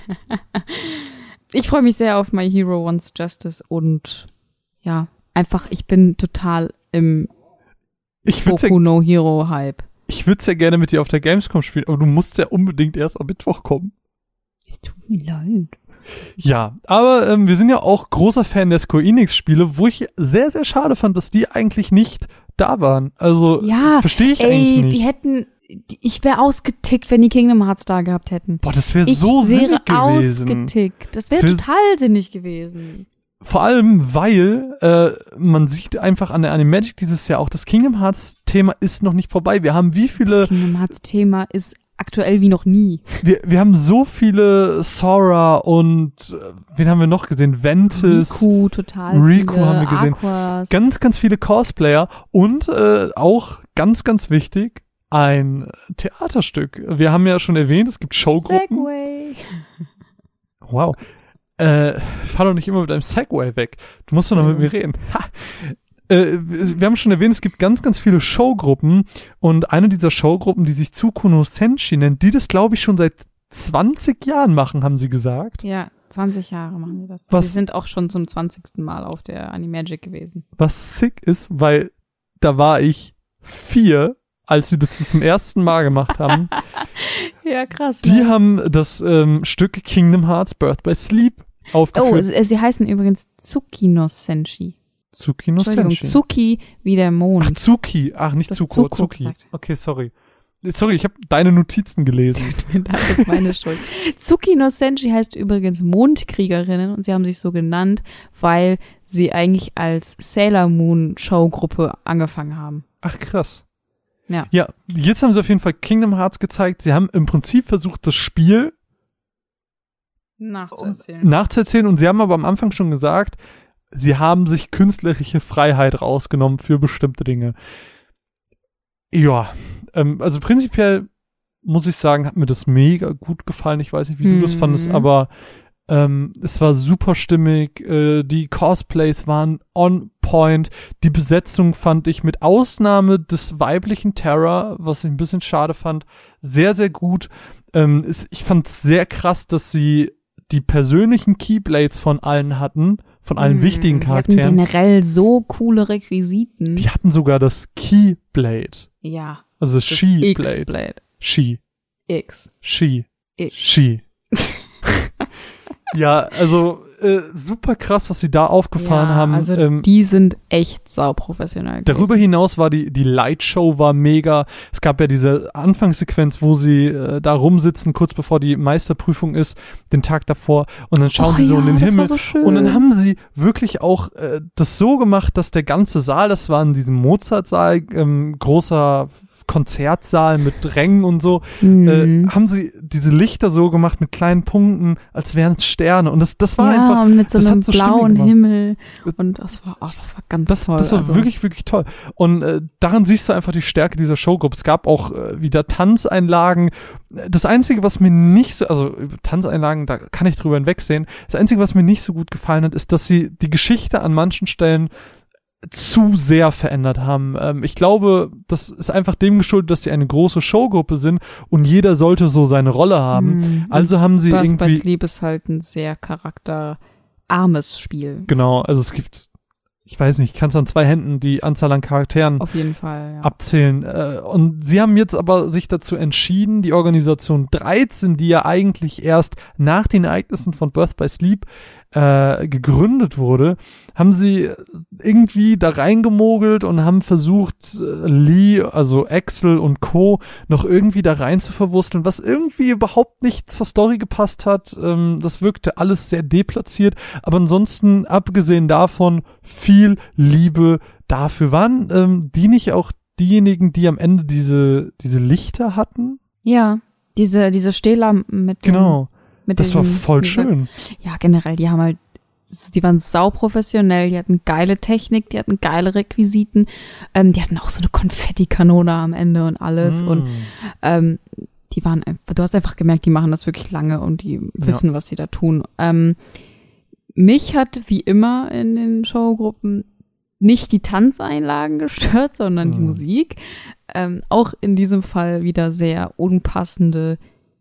Ich freue mich sehr auf My Hero Wants Justice und ja, einfach, ich bin total im Boku no Hero Hype. Ich würde es ja gerne mit dir auf der Gamescom spielen, aber du musst ja unbedingt erst am Mittwoch kommen. Es tut mir leid. Ja, aber wir sind ja auch großer Fan der Square Enix Spiele, wo ich sehr, sehr schade fand, dass die eigentlich nicht da waren. Also, verstehe ich eigentlich nicht. Die hätten, ich wäre ausgetickt, wenn die Kingdom Hearts da gehabt hätten. Boah, das wäre so sinnig gewesen. Ich wäre ausgetickt. Das wäre total sinnig gewesen. Vor allem, weil man sieht einfach an der Animagic dieses Jahr auch, das Kingdom Hearts Thema ist noch nicht vorbei. Wir haben Das Kingdom Hearts Thema ist aktuell wie noch nie. Wir haben so viele Sora und wen haben wir noch gesehen? Ventus. Riku haben wir gesehen. Aquas. Ganz, ganz viele Cosplayer und auch ganz, ganz wichtig, ein Theaterstück. Wir haben ja schon erwähnt, es gibt Showgruppen. Segway. Wow. Fahr doch nicht immer mit einem Segway weg. Du musst doch noch mit mir reden. Wir haben schon erwähnt, es gibt ganz, ganz viele Showgruppen und eine dieser Showgruppen, die sich Tsukuno Senshi nennt, die das, glaube ich, schon seit 20 Jahren machen, haben sie gesagt. Ja, 20 Jahre machen die das. Sie sind auch schon zum 20. Mal auf der Animagic gewesen. Was sick ist, weil da war ich 4, als sie das zum ersten Mal gemacht haben. Ja, krass. Die haben das Stück Kingdom Hearts Birth by Sleep aufgeführt. Oh, sie heißen übrigens Tsukino Senshi. Tsukino Senshi. Tsuki wie der Mond. Ach, Tsuki. Ach, nicht Zuko, Tsuki. Okay, sorry. Sorry, ich habe deine Notizen gelesen. Das ist meine Schuld. Tsukino Senshi heißt übrigens Mondkriegerinnen und sie haben sich so genannt, weil sie eigentlich als Sailor Moon Showgruppe angefangen haben. Ach, krass. Ja. Ja, jetzt haben sie auf jeden Fall Kingdom Hearts gezeigt. Sie haben im Prinzip versucht, das Spiel nachzuerzählen und sie haben aber am Anfang schon gesagt, sie haben sich künstlerische Freiheit rausgenommen für bestimmte Dinge. Ja, also prinzipiell muss ich sagen, hat mir das mega gut gefallen. Ich weiß nicht, wie du das fandest, aber es war super stimmig. Die Cosplays waren on point. Die Besetzung fand ich mit Ausnahme des weiblichen Terra, was ich ein bisschen schade fand, sehr, sehr gut. Ich fand es sehr krass, dass sie die persönlichen Keyblades von allen hatten, von allen wichtigen Charakteren. Die hatten generell so coole Requisiten. Die hatten sogar das Keyblade. Ja. Also das She-Blade. X-Blade. She. X. She. X. She. Ja, also super krass, was sie da aufgefahren haben. Also die sind echt sauprofessionell. Darüber hinaus war die Lightshow war mega. Es gab ja diese Anfangssequenz, wo sie da rumsitzen, kurz bevor die Meisterprüfung ist, den Tag davor, und dann schauen sie so in den Himmel. So schön. Und dann haben sie wirklich auch das so gemacht, dass der ganze Saal, das war in diesem Mozart-Saal, großer Konzertsaal mit Rängen und so, haben sie diese Lichter so gemacht mit kleinen Punkten, als wären es Sterne. Und das war einfach. Ja, und mit so einem blauen Himmel. Und das war ganz toll. Das war wirklich, wirklich toll. Und daran siehst du einfach die Stärke dieser Showgruppe. Es gab auch wieder Tanzeinlagen. Das Einzige, was mir nicht so, also Tanzeinlagen, da kann ich drüber hinwegsehen. Das Einzige, was mir nicht so gut gefallen hat, ist, dass sie die Geschichte an manchen Stellen zu sehr verändert haben. Ich glaube, das ist einfach dem geschuldet, dass sie eine große Showgruppe sind und jeder sollte so seine Rolle haben. Also haben sie Birth irgendwie... by Sleep ist halt ein sehr charakterarmes Spiel. Genau, also es gibt, ich weiß nicht, ich kann es an 2 Händen die Anzahl an Charakteren auf jeden Fall, ja, abzählen. Und sie haben jetzt aber sich dazu entschieden, die Organisation 13, die ja eigentlich erst nach den Ereignissen von Birth by Sleep gegründet wurde, haben sie irgendwie da reingemogelt und haben versucht, Lee, also Axel und Co. noch irgendwie da rein zu verwursteln, was irgendwie überhaupt nicht zur Story gepasst hat. Das wirkte alles sehr deplatziert, aber ansonsten, abgesehen davon, viel Liebe dafür. Waren die nicht auch diejenigen, die am Ende diese Lichter hatten? Ja, diese Stehlampen mit Das war voll schön. Ja, generell, die waren sauprofessionell, die hatten geile Technik, die hatten geile Requisiten, die hatten auch so eine Konfettikanone am Ende und alles und die waren, du hast einfach gemerkt, die machen das wirklich lange und die wissen, was sie da tun. Mich hat wie immer in den Showgruppen nicht die Tanzeinlagen gestört, sondern die Musik. Auch in diesem Fall wieder sehr unpassende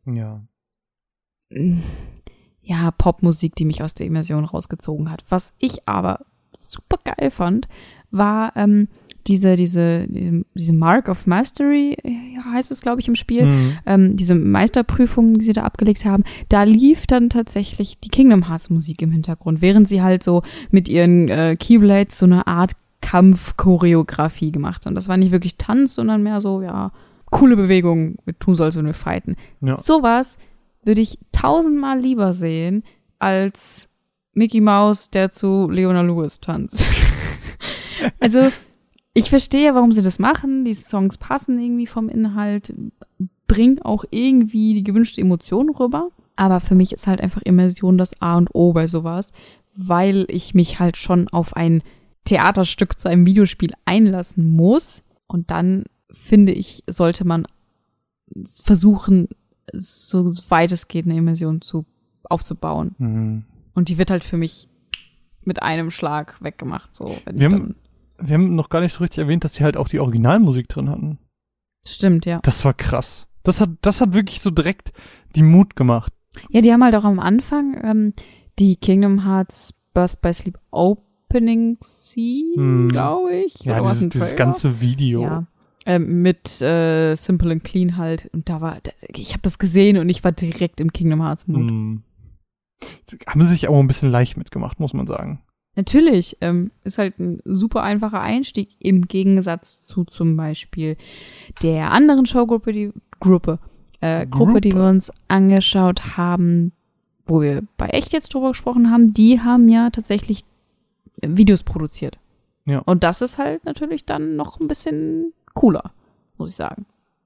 Popmusik, die mich aus der Immersion rausgezogen hat. Was ich aber super geil fand, war diese Mark of Mastery, heißt es, glaube ich, im Spiel, diese Meisterprüfung, die sie da abgelegt haben, da lief dann tatsächlich die Kingdom Hearts Musik im Hintergrund, während sie halt so mit ihren Keyblades so eine Art Kampfchoreografie gemacht haben. Das war nicht wirklich Tanz, sondern mehr so, coole Bewegungen tun sollst, wenn wir fighten. Ja. Sowas würde ich 1000-mal lieber sehen, als Mickey Mouse, der zu Leona Lewis tanzt. Also, ich verstehe, warum sie das machen. Die Songs passen irgendwie vom Inhalt, bringen auch irgendwie die gewünschte Emotion rüber. Aber für mich ist halt einfach Immersion das A und O bei sowas, weil ich mich halt schon auf ein Theaterstück zu einem Videospiel einlassen muss. Und dann, finde ich, sollte man versuchen, so weit es geht, eine Immersion aufzubauen. Mhm. Und die wird halt für mich mit einem Schlag weggemacht. So, wir haben noch gar nicht so richtig erwähnt, dass die halt auch die Originalmusik drin hatten. Stimmt, ja. Das war krass. Das hat wirklich so direkt die Mut gemacht. Ja, die haben halt auch am Anfang die Kingdom Hearts Birth by Sleep Opening Scene, glaube ich. Ja, dieses ganze Video. Ja. Mit Simple and Clean halt. Und ich habe das gesehen und ich war direkt im Kingdom Hearts Mood. Haben sie sich aber ein bisschen leicht mitgemacht, muss man sagen. Natürlich, ist halt ein super einfacher Einstieg im Gegensatz zu zum Beispiel der anderen Showgruppe, die wir uns angeschaut haben, wo wir bei Echt jetzt drüber gesprochen haben. Die haben ja tatsächlich Videos produziert. Ja. Und das ist halt natürlich dann noch ein bisschen cooler, muss ich sagen.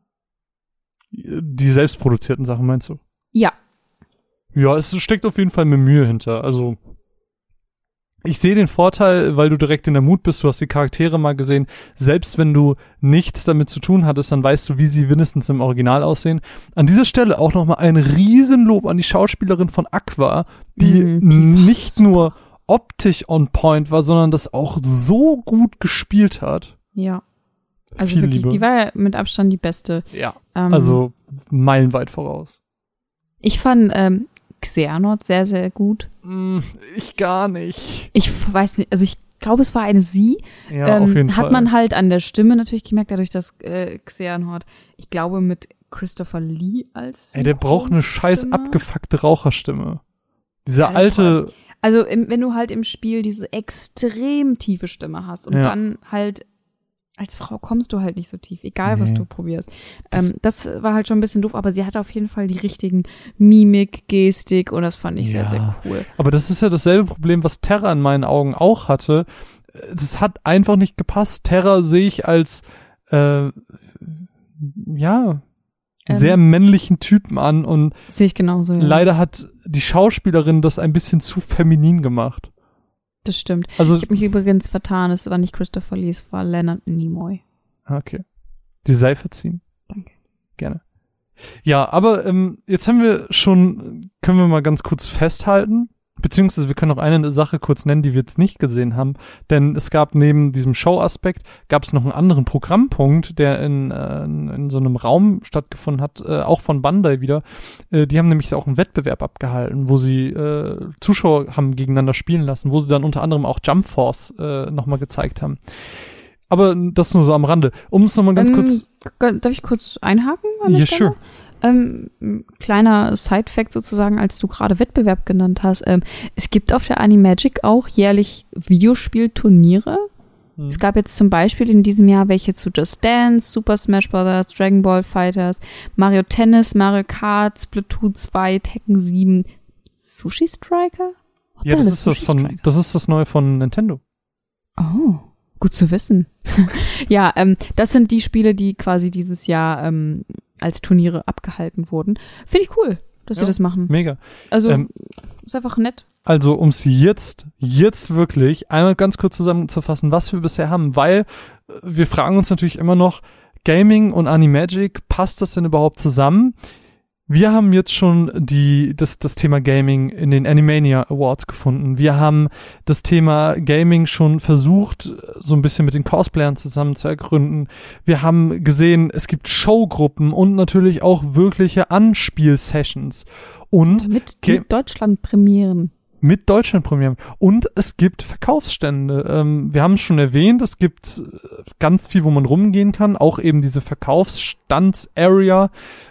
Die selbstproduzierten Sachen meinst du? Ja. Ja, es steckt auf jeden Fall mit Mühe hinter. Also ich sehe den Vorteil, weil du direkt in der Mut bist, du hast die Charaktere mal gesehen. Selbst wenn du nichts damit zu tun hattest, dann weißt du, wie sie mindestens im Original aussehen. An dieser Stelle auch nochmal ein Riesenlob an die Schauspielerin von Aqua, die nicht nur optisch on point war, sondern das auch so gut gespielt hat. Ja. Also wirklich, Liebe. Die war ja mit Abstand die beste. Ja, also meilenweit voraus. Ich fand Xehanort sehr, sehr gut. Ich gar nicht. Ich weiß nicht, also ich glaube, es war eine sie. Ja, auf jeden Fall. Hat man halt an der Stimme natürlich gemerkt, dadurch, dass Xehanort, ich glaube, mit Christopher Lee als der braucht eine scheiß abgefuckte Raucherstimme. Dieser alte... Also wenn du halt im Spiel diese extrem tiefe Stimme hast und dann halt als Frau kommst du halt nicht so tief, egal was du probierst. Das war halt schon ein bisschen doof, aber sie hatte auf jeden Fall die richtigen Mimik, Gestik und das fand ich sehr, sehr cool. Aber das ist ja dasselbe Problem, was Terra in meinen Augen auch hatte. Das hat einfach nicht gepasst. Terra sehe ich als sehr männlichen Typen an und sehe ich genauso, ja. Leider hat die Schauspielerin das ein bisschen zu feminin gemacht. Das stimmt. Also, ich habe mich übrigens vertan, es war nicht Christopher Lee, es war Leonard Nimoy. Okay. Die sei verziehen. Danke. Gerne. Ja, aber jetzt können wir mal ganz kurz festhalten, beziehungsweise wir können noch eine Sache kurz nennen, die wir jetzt nicht gesehen haben, denn es gab neben diesem Show-Aspekt, gab es noch einen anderen Programmpunkt, der in so einem Raum stattgefunden hat, auch von Bandai wieder. Die haben nämlich auch einen Wettbewerb abgehalten, wo sie Zuschauer haben gegeneinander spielen lassen, wo sie dann unter anderem auch Jump Force nochmal gezeigt haben. Aber das nur so am Rande. Um es nochmal ganz kurz... Darf ich kurz einhaken? Ja, sure. Kleiner Side-Fact sozusagen, als du gerade Wettbewerb genannt hast. Es gibt auf der Animagic auch jährlich Videospielturniere. Es gab jetzt zum Beispiel in diesem Jahr welche zu Just Dance, Super Smash Bros., Dragon Ball Fighters, Mario Tennis, Mario Kart, Splatoon 2, Tekken 7, Sushi Striker? Ja, das ist das neue von Nintendo. Oh, gut zu wissen. Ja, das sind die Spiele, die quasi dieses Jahr als Turniere abgehalten wurden. Finde ich cool. dass sie das machen. Mega. Also, ist einfach nett. Also, um es jetzt wirklich einmal ganz kurz zusammenzufassen, was wir bisher haben, weil wir fragen uns natürlich immer noch, Gaming und Animagic, passt das denn überhaupt zusammen? Wir haben jetzt schon das Thema Gaming in den Animania Awards gefunden. Wir haben das Thema Gaming schon versucht, so ein bisschen mit den Cosplayern zusammen zu ergründen. Wir haben gesehen, es gibt Showgruppen und natürlich auch wirkliche Anspiel-Sessions. Und mit Deutschland-Premieren. Mit Deutschland-Premieren. Und es gibt Verkaufsstände. Wir haben es schon erwähnt, es gibt ganz viel, wo man rumgehen kann. Auch eben diese Verkaufsstands-Area.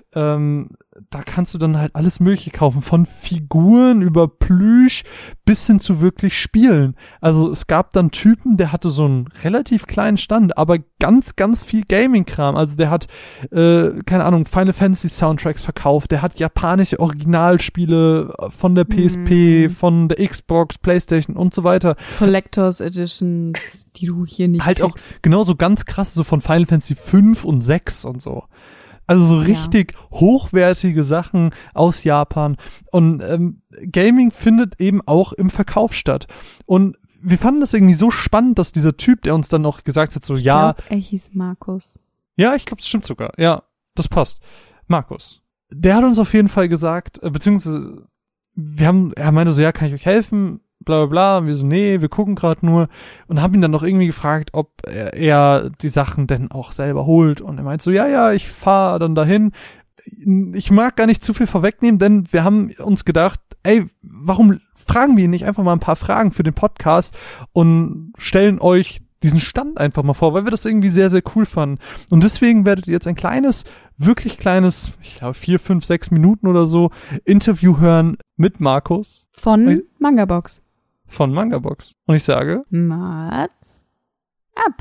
Da kannst du dann halt alles Mögliche kaufen. Von Figuren über Plüsch bis hin zu wirklich Spielen. Also es gab dann Typen, der hatte so einen relativ kleinen Stand, aber ganz, ganz viel Gaming-Kram. Also der hat, keine Ahnung, Final Fantasy Soundtracks verkauft. Der hat japanische Originalspiele von der PSP, von der Xbox, Playstation und so weiter. Collectors Editions, die du hier nicht halt kriegst. Auch genauso ganz krass, so von Final Fantasy 5 und 6 und so. Also so richtig hochwertige Sachen aus Japan. Und Gaming findet eben auch im Verkauf statt. Und wir fanden das irgendwie so spannend, dass dieser Typ, der uns dann noch gesagt hat, so ich glaub, er hieß Markus. Ja, ich glaube, das stimmt sogar. Ja, das passt. Markus. Der hat uns auf jeden Fall gesagt, beziehungsweise er meinte so, ja, kann ich euch helfen? Bla bla bla. Und wir so, nee, wir gucken gerade nur. Und haben ihn dann noch irgendwie gefragt, ob er die Sachen denn auch selber holt. Und er meint so, ja, ich fahre dann dahin. Ich mag gar nicht zu viel vorwegnehmen, denn wir haben uns gedacht, ey, warum fragen wir ihn nicht einfach mal ein paar Fragen für den Podcast und stellen euch diesen Stand einfach mal vor, weil wir das irgendwie sehr, sehr cool fanden. Und deswegen werdet ihr jetzt ein wirklich kleines, ich glaube 4, 5, 6 Minuten oder so, Interview hören mit Markus. Von Mangabox. Von Mangabox. Und ich sage... Mats ab.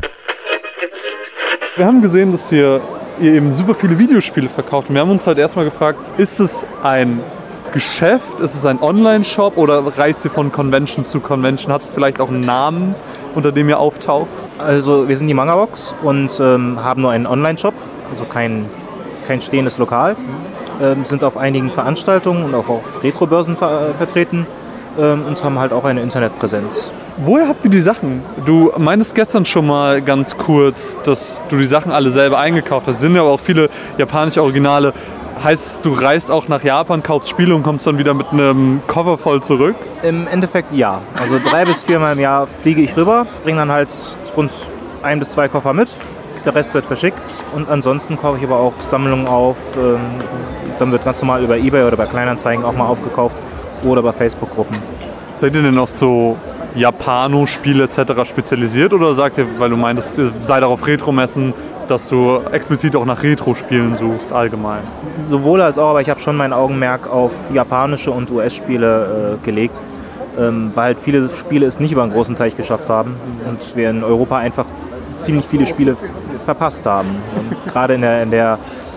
Wir haben gesehen, dass ihr eben super viele Videospiele verkauft. Und wir haben uns halt erstmal gefragt, ist es ein Geschäft, ist es ein Online-Shop oder reist ihr von Convention zu Convention? Hat es vielleicht auch einen Namen, unter dem ihr auftaucht? Also wir sind die Mangabox und haben nur einen Online-Shop, also kein stehendes Lokal. Sind auf einigen Veranstaltungen und auch auf Retrobörsen vertreten. Und haben halt auch eine Internetpräsenz. Woher habt ihr die Sachen? Du meintest gestern schon mal ganz kurz, dass du die Sachen alle selber eingekauft hast. Es sind ja aber auch viele japanische Originale. Heißt, du reist auch nach Japan, kaufst Spiele und kommst dann wieder mit einem Koffer voll zurück? Im Endeffekt ja. Also 3 bis 4 Mal im Jahr fliege ich rüber, bringe dann halt rund 1 bis 2 Koffer mit. Der Rest wird verschickt und ansonsten kaufe ich aber auch Sammlungen auf. Dann wird ganz normal über eBay oder bei Kleinanzeigen auch mal aufgekauft. Oder bei Facebook-Gruppen. Seid ihr denn auf so Japano-Spiele etc. spezialisiert oder sagt ihr, weil du meintest, ihr seid auch auf Retro-Messen, dass du explizit auch nach Retro-Spielen suchst, allgemein? Sowohl als auch, aber ich habe schon mein Augenmerk auf japanische und US-Spiele gelegt, weil halt viele Spiele es nicht über einen großen Teich geschafft haben und wir in Europa einfach ziemlich viele Spiele verpasst haben. Gerade in der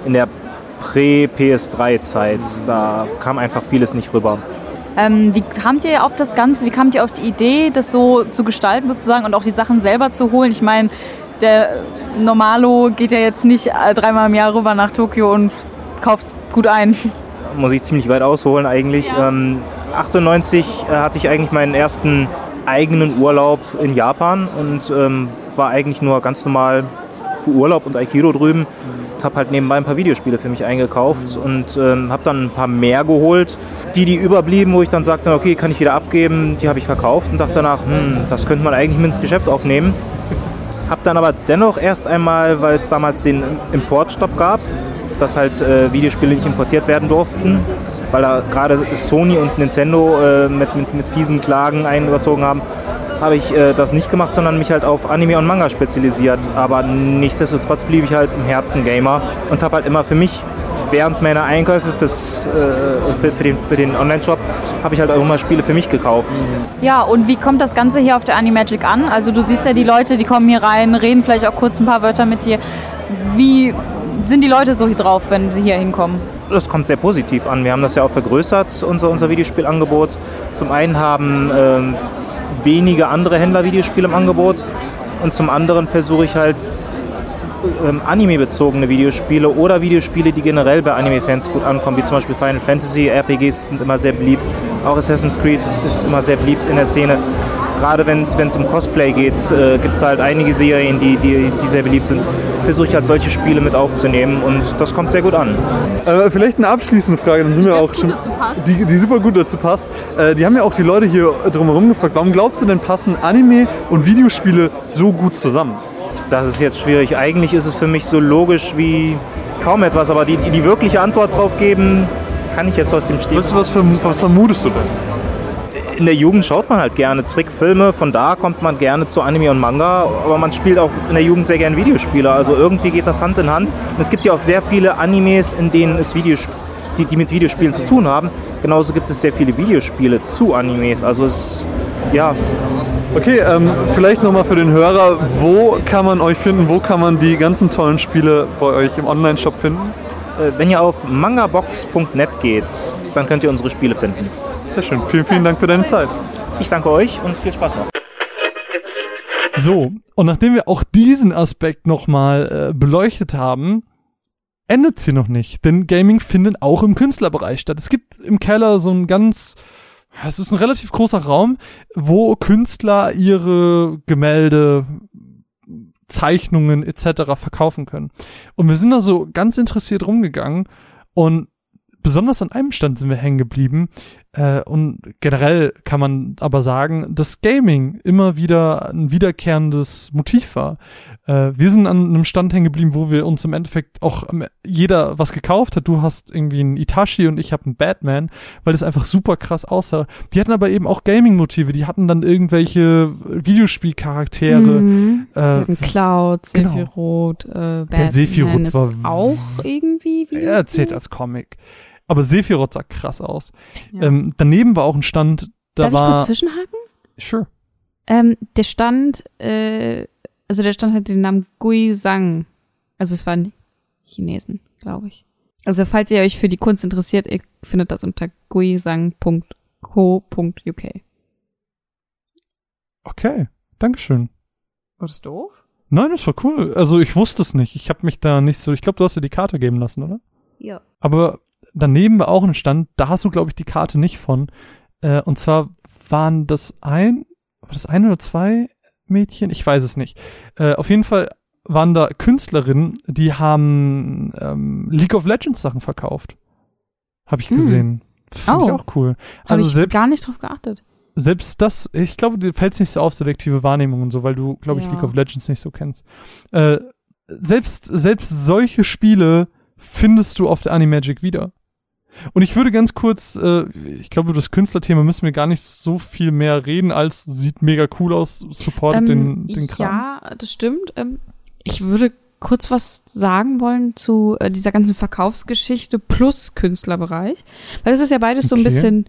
Prä-PS3-Zeit, da kam einfach vieles nicht rüber. Wie kamt ihr auf das Ganze? Wie kamt ihr auf die Idee, das so zu gestalten sozusagen und auch die Sachen selber zu holen? Ich meine, der Normalo geht ja jetzt nicht 3-mal im Jahr rüber nach Tokio und kauft gut ein. Muss ich ziemlich weit ausholen eigentlich. Ja. 98 hatte ich eigentlich meinen ersten eigenen Urlaub in Japan und war eigentlich nur ganz normal für Urlaub und Aikido drüben. Habe halt nebenbei ein paar Videospiele für mich eingekauft und habe dann ein paar mehr geholt. Die überblieben, wo ich dann sagte, okay, kann ich wieder abgeben, die habe ich verkauft und dachte danach, das könnte man eigentlich mit ins Geschäft aufnehmen. Habe dann aber dennoch erst einmal, weil es damals den Importstopp gab, dass halt Videospiele nicht importiert werden durften, weil da gerade Sony und Nintendo mit fiesen Klagen einen überzogen haben, habe ich das nicht gemacht, sondern mich halt auf Anime und Manga spezialisiert. Aber nichtsdestotrotz blieb ich halt im Herzen Gamer und habe halt immer für mich während meiner Einkäufe für den Online-Shop habe ich halt auch immer Spiele für mich gekauft. Ja, und wie kommt das Ganze hier auf der Animagic an? Also du siehst ja die Leute, die kommen hier rein, reden vielleicht auch kurz ein paar Wörter mit dir. Wie sind die Leute so hier drauf, wenn sie hier hinkommen? Das kommt sehr positiv an. Wir haben das ja auch vergrößert, unser Videospielangebot. Zum einen haben wenige andere Händler Videospiele im Angebot und zum anderen versuche ich halt Anime-bezogene Videospiele oder Videospiele, die generell bei Anime-Fans gut ankommen, wie zum Beispiel Final Fantasy, RPGs sind immer sehr beliebt, auch Assassin's Creed ist immer sehr beliebt in der Szene. Gerade wenn es um Cosplay geht, gibt es halt einige Serien, die sehr beliebt sind. Versuche ich halt solche Spiele mit aufzunehmen und das kommt sehr gut an. Vielleicht eine abschließende Frage, dann sind wir auch schon, die super gut dazu passt. Die haben ja auch die Leute hier drumherum gefragt, warum glaubst du denn, passen Anime und Videospiele so gut zusammen? Das ist jetzt schwierig. Eigentlich ist es für mich so logisch wie kaum etwas, aber die wirkliche Antwort drauf geben, kann ich jetzt aus dem Stich. Was vermutest du denn? In der Jugend schaut man halt gerne Trickfilme, von da kommt man gerne zu Anime und Manga, aber man spielt auch in der Jugend sehr gerne Videospiele, also irgendwie geht das Hand in Hand. Und es gibt ja auch sehr viele Animes, in denen es die mit Videospielen zu tun haben. Genauso gibt es sehr viele Videospiele zu Animes, also ja. Okay, vielleicht nochmal für den Hörer, wo kann man euch finden, wo kann man die ganzen tollen Spiele bei euch im Online-Shop finden? Wenn ihr auf mangabox.net geht, dann könnt ihr unsere Spiele finden. Sehr schön. Vielen Dank für deine Zeit. Ich danke euch und viel Spaß noch. So, und nachdem wir auch diesen Aspekt nochmal beleuchtet haben, endet es hier noch nicht. Denn Gaming findet auch im Künstlerbereich statt. Es gibt im Keller so es ist ein relativ großer Raum, wo Künstler ihre Gemälde, Zeichnungen etc. verkaufen können. Und wir sind da so ganz interessiert rumgegangen und besonders an einem Stand sind wir hängen geblieben und generell kann man aber sagen, dass Gaming immer wieder ein wiederkehrendes Motiv war. Wir sind an einem Stand hängen geblieben, wo wir uns im Endeffekt auch jeder was gekauft hat. Du hast irgendwie einen Itachi und ich habe einen Batman, weil das einfach super krass aussah. Die hatten aber eben auch Gaming-Motive. Die hatten dann irgendwelche Videospielcharaktere. Cloud, Sephiroth, Der Batman Sephiroth ist war auch irgendwie er zählt als Comic. Aber Sephiroth sah krass aus. Ja. Daneben war auch ein Stand, Darf ich kurz zwischenhaken? Sure. Der Stand hat den Namen Guizhang. Also es waren Chinesen, glaube ich. Also falls ihr euch für die Kunst interessiert, ihr findet das unter guizhang.co.uk. Okay, dankeschön. War das doof? Nein, das war cool. Also ich wusste es nicht. Ich habe mich da nicht so... Ich glaube, du hast dir die Karte geben lassen, oder? Ja. Aber daneben war auch ein Stand, da hast du, glaube ich, die Karte nicht von. Und zwar waren das ein oder zwei Mädchen? Ich weiß es nicht. Auf jeden Fall waren da Künstlerinnen, die haben League of Legends Sachen verkauft. Habe ich gesehen. Fand ich auch cool. Habe ich gar nicht drauf geachtet. Selbst das, ich glaube, dir fällt es nicht so auf, selektive Wahrnehmung und so, weil du, glaube ich, League of Legends nicht so kennst. Selbst solche Spiele findest du auf der Animagic wieder. Und ich würde ganz kurz, ich glaube, über das Künstlerthema müssen wir gar nicht so viel mehr reden, als sieht mega cool aus, supportet den Kram. Ja, das stimmt. Ich würde kurz was sagen wollen zu dieser ganzen Verkaufsgeschichte plus Künstlerbereich. Weil das ist ja beides so ein bisschen,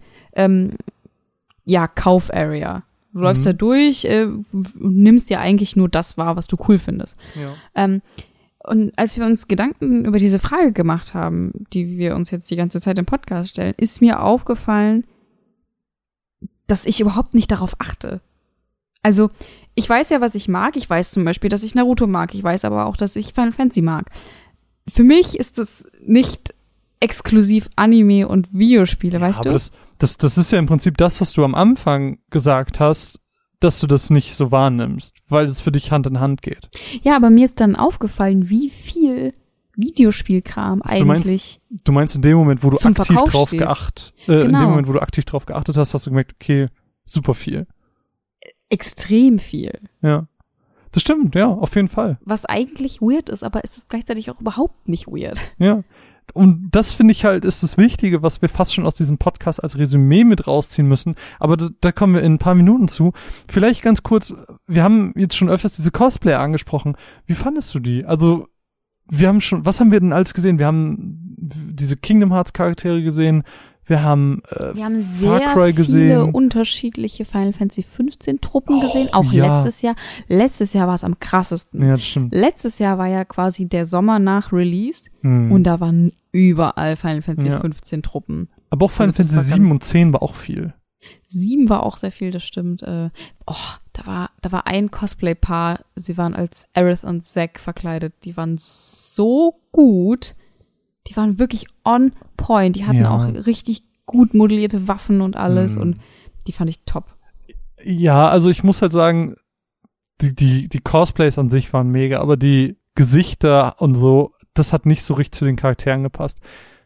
Kauf-Area. Du läufst da durch und nimmst ja eigentlich nur das wahr, was du cool findest. Ja. Und als wir uns Gedanken über diese Frage gemacht haben, die wir uns jetzt die ganze Zeit im Podcast stellen, ist mir aufgefallen, dass ich überhaupt nicht darauf achte. Also, ich weiß ja, was ich mag. Ich weiß zum Beispiel, dass ich Naruto mag. Ich weiß aber auch, dass ich Final Fantasy mag. Für mich ist es nicht exklusiv Anime und Videospiele, weißt du? Das ist ja im Prinzip das, was du am Anfang gesagt hast, dass du das nicht so wahrnimmst, weil es für dich Hand in Hand geht. Ja, aber mir ist dann aufgefallen, wie viel Videospielkram eigentlich. Du meinst in dem Moment, wo du aktiv drauf genau. In dem Moment, wo du aktiv drauf geachtet hast, hast du gemerkt, okay, super viel. Extrem viel. Ja. Das stimmt, ja, auf jeden Fall. Was eigentlich weird ist, aber ist es gleichzeitig auch überhaupt nicht weird. Ja. Und das finde ich halt ist das Wichtige, was wir fast schon aus diesem Podcast als Resümee mit rausziehen müssen. Aber da kommen wir in ein paar Minuten zu. Vielleicht ganz kurz, wir haben jetzt schon öfters diese Cosplayer angesprochen. Wie fandest du die? Also, was haben wir denn alles gesehen? Wir haben diese Kingdom Hearts Charaktere gesehen. Wir haben sehr Far Cry gesehen. Viele unterschiedliche Final Fantasy 15 Truppen gesehen, auch letztes Jahr. Letztes Jahr war es am krassesten. Ja, das stimmt. Letztes Jahr war ja quasi der Sommer nach Release und da waren überall Final Fantasy 15 Truppen. Aber auch Final Fantasy 7 und 10 war auch viel. 7 war auch sehr viel, das stimmt. Da war ein Cosplay-Paar, sie waren als Aerith und Zack verkleidet. Die waren so gut. Die waren wirklich on point. Die hatten auch richtig gut modellierte Waffen und alles und die fand ich top. Ja, also ich muss halt sagen, die Cosplays an sich waren mega, aber die Gesichter und so, das hat nicht so richtig zu den Charakteren gepasst.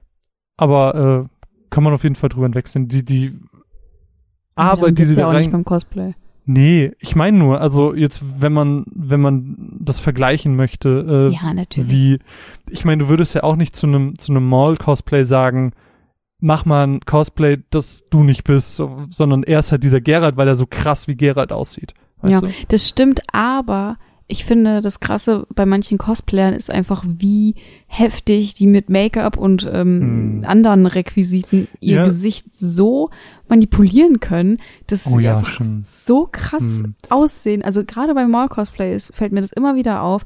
Aber kann man auf jeden Fall drüber hinwegsehen. Die Arbeit, die sie da auch nicht beim Cosplay. Nee, ich meine nur, also jetzt, wenn man das vergleichen möchte, ja, natürlich. Ich meine, du würdest ja auch nicht zu einem Maul-Cosplay sagen, mach mal ein Cosplay, das du nicht bist, sondern er ist halt dieser Geralt, weil er so krass wie Geralt aussieht. Weißt du? Das stimmt, aber ich finde, das Krasse bei manchen Cosplayern ist einfach, wie heftig die mit Make-up und anderen Requisiten ihr Gesicht so manipulieren können, dass sie einfach so krass aussehen. Also gerade bei Maul-Cosplay fällt mir das immer wieder auf.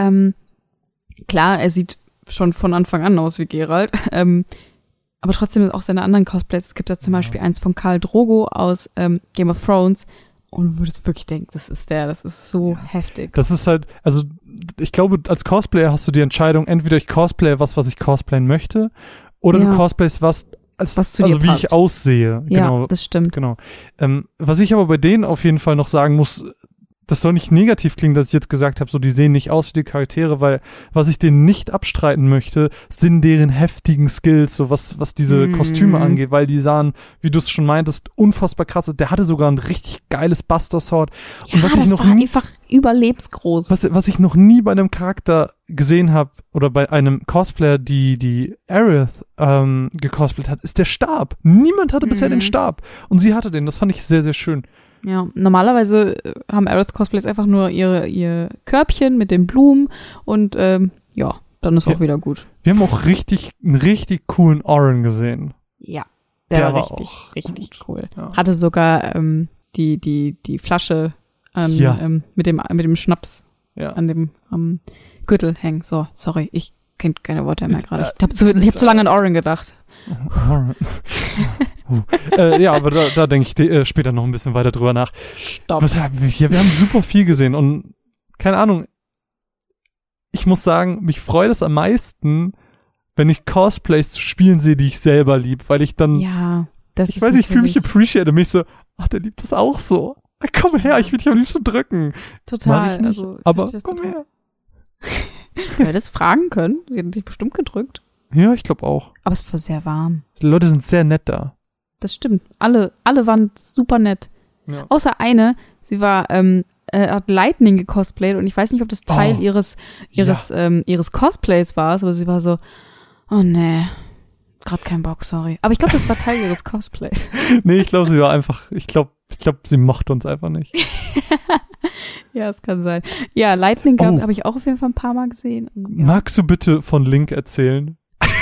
Klar, er sieht schon von Anfang an aus wie Geralt, aber trotzdem auch seine anderen Cosplays. Es gibt da zum Beispiel eins von Khal Drogo aus Game of Thrones. Und du würdest wirklich denken, das ist so heftig. Das ist halt, also ich glaube, als Cosplayer hast du die Entscheidung, entweder ich cosplaye was ich cosplayen möchte, oder du cosplayst was zu dir wie passt. ich aussehe. Genau, ja, das stimmt. Genau. Was ich aber bei denen auf jeden Fall noch sagen muss, das soll nicht negativ klingen, dass ich jetzt gesagt habe, so die sehen nicht aus wie die Charaktere, weil was ich denen nicht abstreiten möchte, sind deren heftigen Skills, so was diese Kostüme angeht, weil die sahen, wie du es schon meintest, unfassbar krass. Der hatte sogar ein richtig geiles Buster Sword. Ja, und das war einfach überlebensgroß. Was ich noch nie bei einem Charakter gesehen habe oder bei einem Cosplayer, die Aerith gecosplayt hat, ist der Stab. Niemand hatte bisher den Stab. Und sie hatte den. Das fand ich sehr, sehr schön. Ja, normalerweise haben Aerith-Cosplays einfach nur ihr Körbchen mit den Blumen und dann ist auch wieder gut. Wir haben auch einen richtig coolen Orin gesehen. Ja, der war richtig cool. Ja. Hatte sogar die Flasche mit dem Schnaps an dem Gürtel hängen. So, sorry, ich kenne keine Worte mehr gerade. Ich hab zu lange an Orin gedacht. Ja, aber da denke ich später noch ein bisschen weiter drüber nach. Stopp. Wir haben super viel gesehen und keine Ahnung, ich muss sagen, mich freut es am meisten, wenn ich Cosplays zu spielen sehe, die ich selber lieb, weil ich dann, ich weiß nicht, ich fühle mich appreciated, mich so, der liebt das auch so. Komm her, ich will dich am liebsten drücken. Total. Aber komm her. Du hättest fragen können, sie hätten dich bestimmt gedrückt. Ja, ich glaube auch. Aber es war sehr warm. Die Leute sind sehr nett da. Das stimmt. Alle waren super nett. Ja. Außer eine, sie war, hat Lightning gecosplayt und ich weiß nicht, ob das Teil ihres Cosplays war, aber sie war so, oh nee, gerade kein Bock, sorry. Aber ich glaube, das war Teil ihres Cosplays. Nee, ich glaube, sie war einfach, ich glaube, sie mochte uns einfach nicht. Ja, es kann sein. Ja, Lightning habe ich auch auf jeden Fall ein paar Mal gesehen. Ja. Magst du bitte von Link erzählen?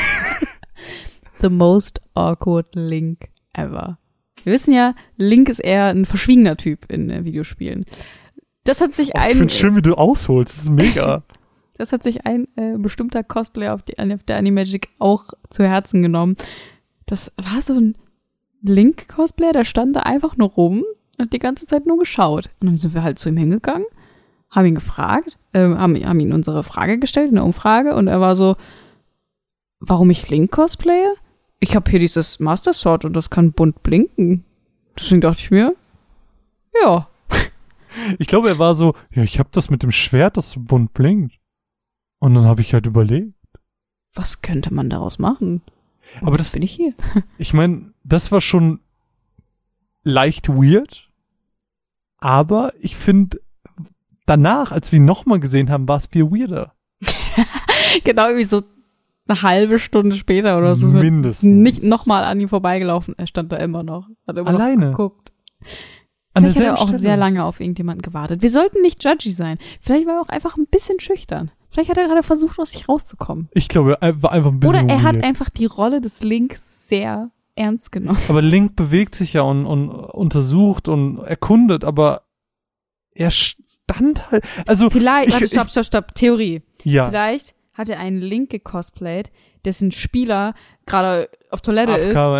The most awkward Link ever. Wir wissen ja, Link ist eher ein verschwiegener Typ in Videospielen. Das hat sich ich finde schön, wie du ausholst. Das ist mega. Das hat sich ein bestimmter Cosplayer auf der Animagic auch zu Herzen genommen. Das war so ein Link-Cosplayer, der stand da einfach nur rum und hat die ganze Zeit nur geschaut. Und dann sind wir halt zu ihm hingegangen, haben ihn gefragt, haben ihn unsere Frage gestellt, eine Umfrage, und er war so, warum ich Link cosplaye? Ich habe hier dieses Master Sword und das kann bunt blinken. Deswegen dachte ich mir, ja. Ich glaube, er war so, ja, ich habe das mit dem Schwert, das so bunt blinkt. Und dann habe ich halt überlegt. Was könnte man daraus machen? Und aber das bin ich hier. Ich meine, das war schon leicht weird. Aber ich finde, danach, als wir ihn nochmal gesehen haben, war es viel weirder. Genau, wie so eine halbe Stunde später oder so. Mindestens. Nicht nochmal an ihm vorbeigelaufen. Er stand da immer noch. Hat immer alleine noch geguckt. Vielleicht hat er auch sehr lange auf irgendjemanden gewartet. Wir sollten nicht judgy sein. Vielleicht war er auch einfach ein bisschen schüchtern. Vielleicht hat er gerade versucht, aus sich rauszukommen. Ich glaube, er war einfach ein bisschen oder er hat weird. einfach die Rolle des Link sehr ernst genommen. Aber Link bewegt sich ja und untersucht und erkundet, aber er stand halt, also vielleicht, stopp, Theorie. Ja. Vielleicht hat er einen Link gecosplayt, dessen Spieler gerade auf Toilette ist und den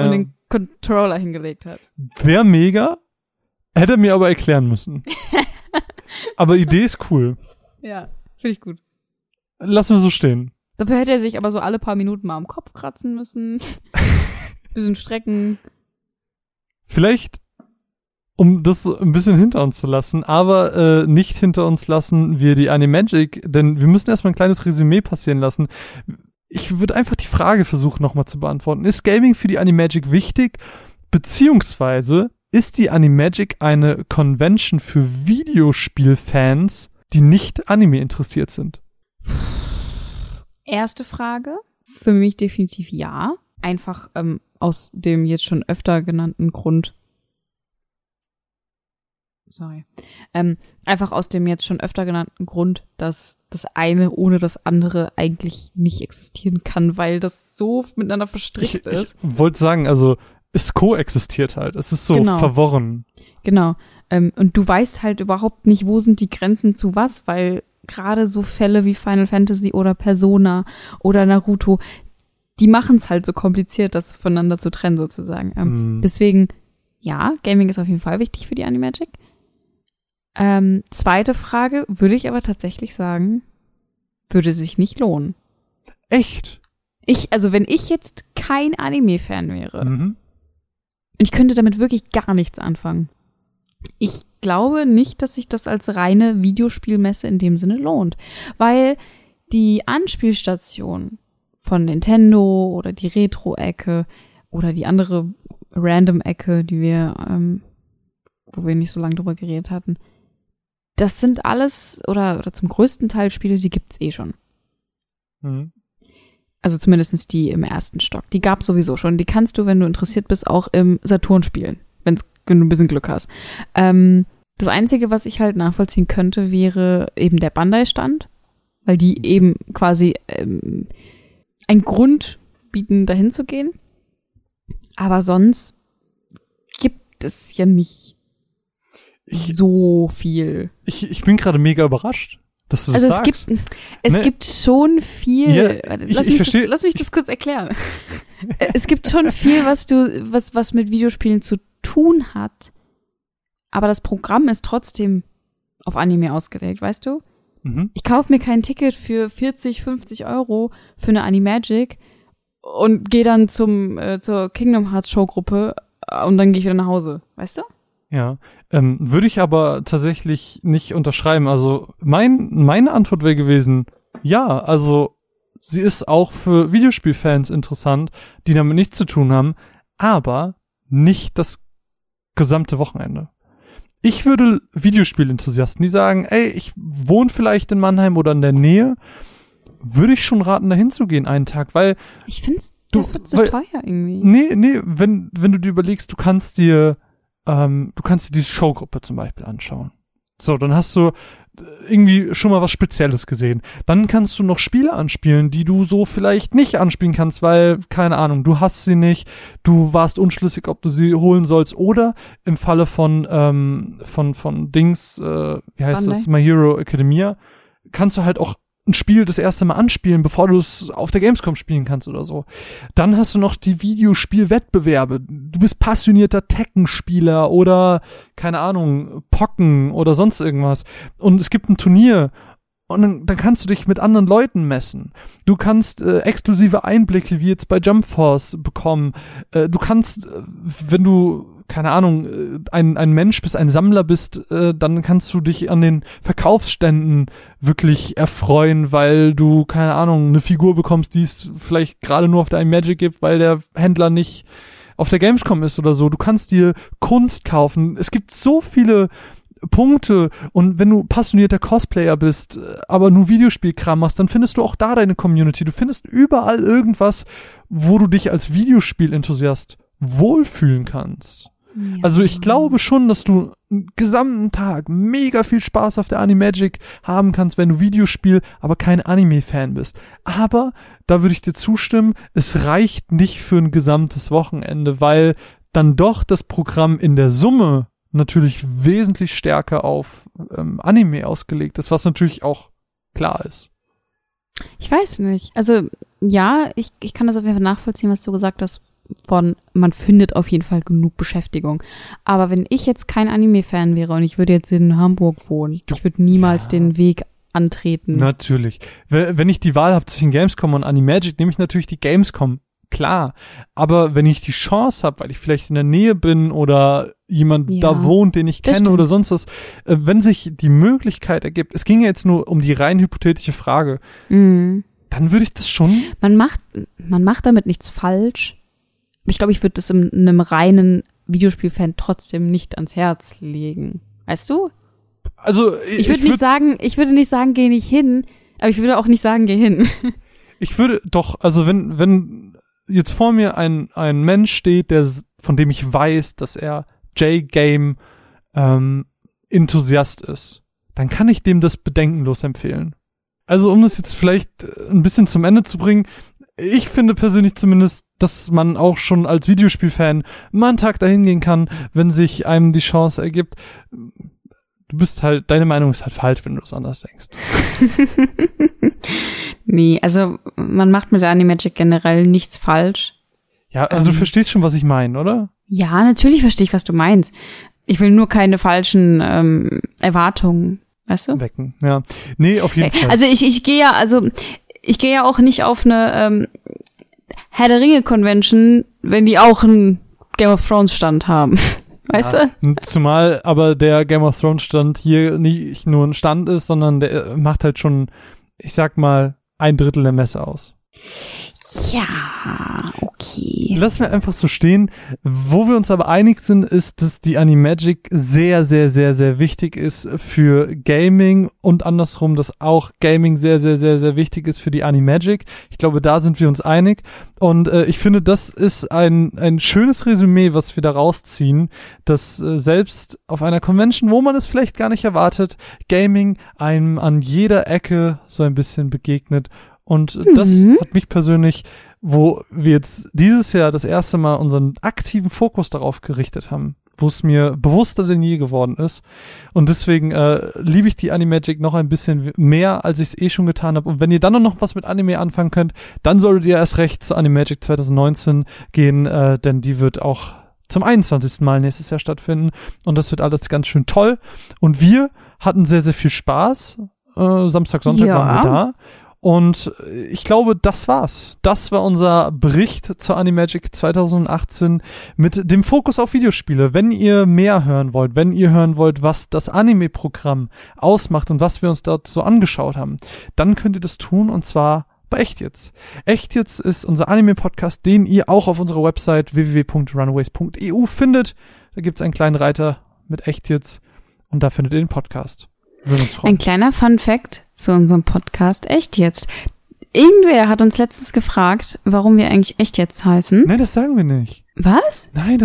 Controller hingelegt hat. Wäre mega, hätte er mir aber erklären müssen. Aber Idee ist cool. Ja, finde ich gut. Lassen wir so stehen. Dafür hätte er sich aber so alle paar Minuten mal am Kopf kratzen müssen. Bisschen strecken. Vielleicht, um das ein bisschen hinter uns zu lassen, aber nicht hinter uns lassen wir die Animagic, denn wir müssen erstmal ein kleines Resümee passieren lassen. Ich würde einfach die Frage versuchen nochmal zu beantworten. Ist Gaming für die Animagic wichtig? Beziehungsweise ist die Animagic eine Convention für Videospielfans, die nicht Anime interessiert sind? Erste Frage. Für mich definitiv ja. Einfach aus dem jetzt schon öfter genannten Grund. Einfach aus dem jetzt schon öfter genannten Grund, dass das eine ohne das andere eigentlich nicht existieren kann, weil das so miteinander verstrickt ist. Ich wollte sagen, also es koexistiert halt. Es ist so verworren. Genau. Und du weißt halt überhaupt nicht, wo sind die Grenzen zu was, weil gerade so Fälle wie Final Fantasy oder Persona oder Naruto, die machen es halt so kompliziert, das voneinander zu trennen sozusagen. Deswegen, ja, Gaming ist auf jeden Fall wichtig für die Animagic. Zweite Frage, würde ich aber tatsächlich sagen, würde sich nicht lohnen. Echt? Also wenn ich jetzt kein Anime-Fan wäre, und ich könnte damit wirklich gar nichts anfangen, ich glaube nicht, dass sich das als reine Videospielmesse in dem Sinne lohnt. Weil die Anspielstation von Nintendo oder die Retro-Ecke oder die andere Random-Ecke, die wir, wo wir nicht so lange drüber geredet hatten, das sind alles, oder zum größten Teil Spiele, die gibt's eh schon. Also zumindest die im ersten Stock. Die gab's sowieso schon. Die kannst du, wenn du interessiert bist, auch im Saturn spielen, wenn du ein bisschen Glück hast. Das Einzige, was ich halt nachvollziehen könnte, wäre eben der Bandai-Stand, weil die eben quasi einen Grund bieten, dahin zu gehen. Aber sonst gibt es ja nicht so viel. Ich bin gerade mega überrascht, dass du das sagst. Es gibt schon viel. Ja, lass mich das kurz erklären. Es gibt schon viel, was mit Videospielen zu tun hat, aber das Programm ist trotzdem auf Anime ausgelegt, weißt du? Ich kaufe mir kein Ticket für 40, 50 Euro für eine Animagic und gehe dann zur Kingdom Hearts Showgruppe und dann gehe ich wieder nach Hause, weißt du? Ja, würde ich aber tatsächlich nicht unterschreiben. Also meine Antwort wäre gewesen, ja, also sie ist auch für Videospielfans interessant, die damit nichts zu tun haben, aber nicht das gesamte Wochenende. Ich würde Videospielenthusiasten, die sagen, ey, ich wohne vielleicht in Mannheim oder in der Nähe, würde ich schon raten, dahin zu gehen einen Tag, weil ich finde es zu teuer irgendwie. Nee, wenn du dir überlegst, du kannst dir diese Showgruppe zum Beispiel anschauen. So, dann hast du irgendwie schon mal was Spezielles gesehen. Dann kannst du noch Spiele anspielen, die du so vielleicht nicht anspielen kannst, weil, keine Ahnung, du hast sie nicht, du warst unschlüssig, ob du sie holen sollst, oder im Falle von Dings, wie heißt Bandai? das, My Hero Academia, kannst du halt auch ein Spiel das erste Mal anspielen, bevor du es auf der Gamescom spielen kannst oder so. Dann hast du noch die Videospielwettbewerbe. Du bist passionierter Tekken-Spieler oder, keine Ahnung, Pokken oder sonst irgendwas. Und es gibt ein Turnier und dann kannst du dich mit anderen Leuten messen. Du kannst exklusive Einblicke wie jetzt bei Jump Force bekommen. Du kannst, wenn du keine Ahnung, ein Mensch bist, ein Sammler bist, dann kannst du dich an den Verkaufsständen wirklich erfreuen, weil du, keine Ahnung, eine Figur bekommst, die es vielleicht gerade nur auf der Animagic gibt, weil der Händler nicht auf der Gamescom ist oder so. Du kannst dir Kunst kaufen. Es gibt so viele Punkte, und wenn du passionierter Cosplayer bist, aber nur Videospielkram machst, dann findest du auch da deine Community. Du findest überall irgendwas, wo du dich als Videospielenthusiast wohlfühlen kannst. Ja. Also ich glaube schon, dass du einen gesamten Tag mega viel Spaß auf der Animagic haben kannst, wenn du Videospiel, aber kein Anime-Fan bist. Aber da würde ich dir zustimmen, es reicht nicht für ein gesamtes Wochenende, weil dann doch das Programm in der Summe natürlich wesentlich stärker auf Anime ausgelegt ist, was natürlich auch klar ist. Ich weiß nicht. Also ja, ich kann das auf jeden Fall nachvollziehen, was du gesagt hast, von, man findet auf jeden Fall genug Beschäftigung. Aber wenn ich jetzt kein Anime-Fan wäre und ich würde jetzt in Hamburg wohnen, ich würde niemals den Weg antreten. Natürlich. Wenn ich die Wahl habe zwischen Gamescom und Animagic, nehme ich natürlich die Gamescom. Klar. Aber wenn ich die Chance habe, weil ich vielleicht in der Nähe bin oder jemand da wohnt, den ich kenne oder sonst was, wenn sich die Möglichkeit ergibt, es ging ja jetzt nur um die rein hypothetische Frage, dann würde ich das schon. Man macht damit nichts falsch. Ich glaube, ich würde das einem reinen Videospielfan trotzdem nicht ans Herz legen. Weißt du? Also ich würde nicht sagen, geh nicht hin, aber ich würde auch nicht sagen, geh hin. Ich würde doch, also wenn jetzt vor mir ein Mensch steht, von dem ich weiß, dass er J-Game Enthusiast ist, dann kann ich dem das bedenkenlos empfehlen. Also um das jetzt vielleicht ein bisschen zum Ende zu bringen, ich finde persönlich zumindest, dass man auch schon als Videospielfan mal einen Tag dahin gehen kann, wenn sich einem die Chance ergibt. Deine Meinung ist halt falsch, wenn du es anders denkst. Nee, also man macht mit der Animagic generell nichts falsch. Ja, also du verstehst schon, was ich meine, oder? Ja, natürlich verstehe ich, was du meinst. Ich will nur keine falschen Erwartungen, weißt du? Wecken, ja. Nee, auf jeden Fall. Also ich gehe ja auch nicht auf eine Herr der Ringe Convention, wenn die auch einen Game of Thrones Stand haben. Weißt du? Zumal aber der Game of Thrones Stand hier nicht nur ein Stand ist, sondern der macht halt schon, ich sag mal, 1/3 der Messe aus. Ja, okay. Lass mir einfach so stehen. Wo wir uns aber einig sind, ist, dass die Animagic sehr, sehr, sehr, sehr wichtig ist für Gaming und andersrum, dass auch Gaming sehr, sehr, sehr, sehr wichtig ist für die Animagic. Ich glaube, da sind wir uns einig. Und ich finde, das ist ein schönes Resümee, was wir da rausziehen, dass selbst auf einer Convention, wo man es vielleicht gar nicht erwartet, Gaming einem an jeder Ecke so ein bisschen begegnet. Und das hat mich persönlich, wo wir jetzt dieses Jahr das erste Mal unseren aktiven Fokus darauf gerichtet haben, wo es mir bewusster denn je geworden ist. Und deswegen liebe ich die Animagic noch ein bisschen mehr, als ich es schon getan habe. Und wenn ihr dann noch was mit Anime anfangen könnt, dann solltet ihr erst recht zur Animagic 2019 gehen, denn die wird auch zum 21. Mal nächstes Jahr stattfinden. Und das wird alles ganz schön toll. Und wir hatten sehr, sehr viel Spaß. Samstag, Sonntag waren wir da. Und ich glaube, das war's. Das war unser Bericht zur Animagic 2018 mit dem Fokus auf Videospiele. Wenn ihr mehr hören wollt, wenn ihr hören wollt, was das Anime-Programm ausmacht und was wir uns dort so angeschaut haben, dann könnt ihr das tun, und zwar bei Echt Jetzt. Echt Jetzt ist unser Anime-Podcast, den ihr auch auf unserer Website www.runaways.eu findet. Da gibt's einen kleinen Reiter mit Echt Jetzt und da findet ihr den Podcast. Ein kleiner Fun-Fact zu unserem Podcast Echt Jetzt. Irgendwer hat uns letztens gefragt, warum wir eigentlich Echt Jetzt heißen. Nein, das sagen wir nicht. Was? Nein,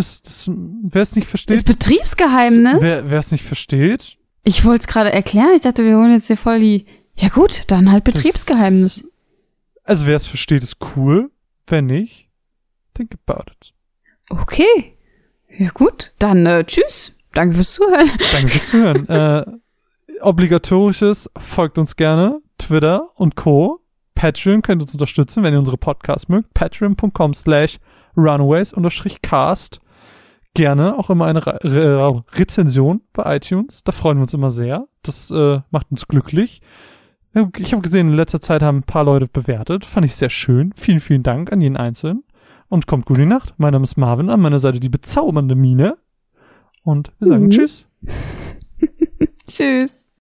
wer es nicht versteht. Das ist Betriebsgeheimnis? Wer es nicht versteht. Ich wollte es gerade erklären. Ich dachte, wir holen jetzt hier voll die... Ja gut, dann halt Betriebsgeheimnis. Also wer es versteht, ist cool. Wenn nicht, think about it. Okay. Ja gut, dann tschüss. Danke fürs Zuhören. Danke fürs Zuhören. Obligatorisches, folgt uns gerne, Twitter und Co. Patreon könnt uns unterstützen, wenn ihr unsere Podcasts mögt. Patreon.com/runaways_cast. Gerne auch immer eine Rezension bei iTunes. Da freuen wir uns immer sehr. Das macht uns glücklich. Ich habe gesehen, in letzter Zeit haben ein paar Leute bewertet. Fand ich sehr schön. Vielen, vielen Dank an jeden Einzelnen. Und kommt gut in die Nacht. Mein Name ist Marvin, an meiner Seite die bezaubernde Mine. Und wir sagen Tschüss. Tschüss.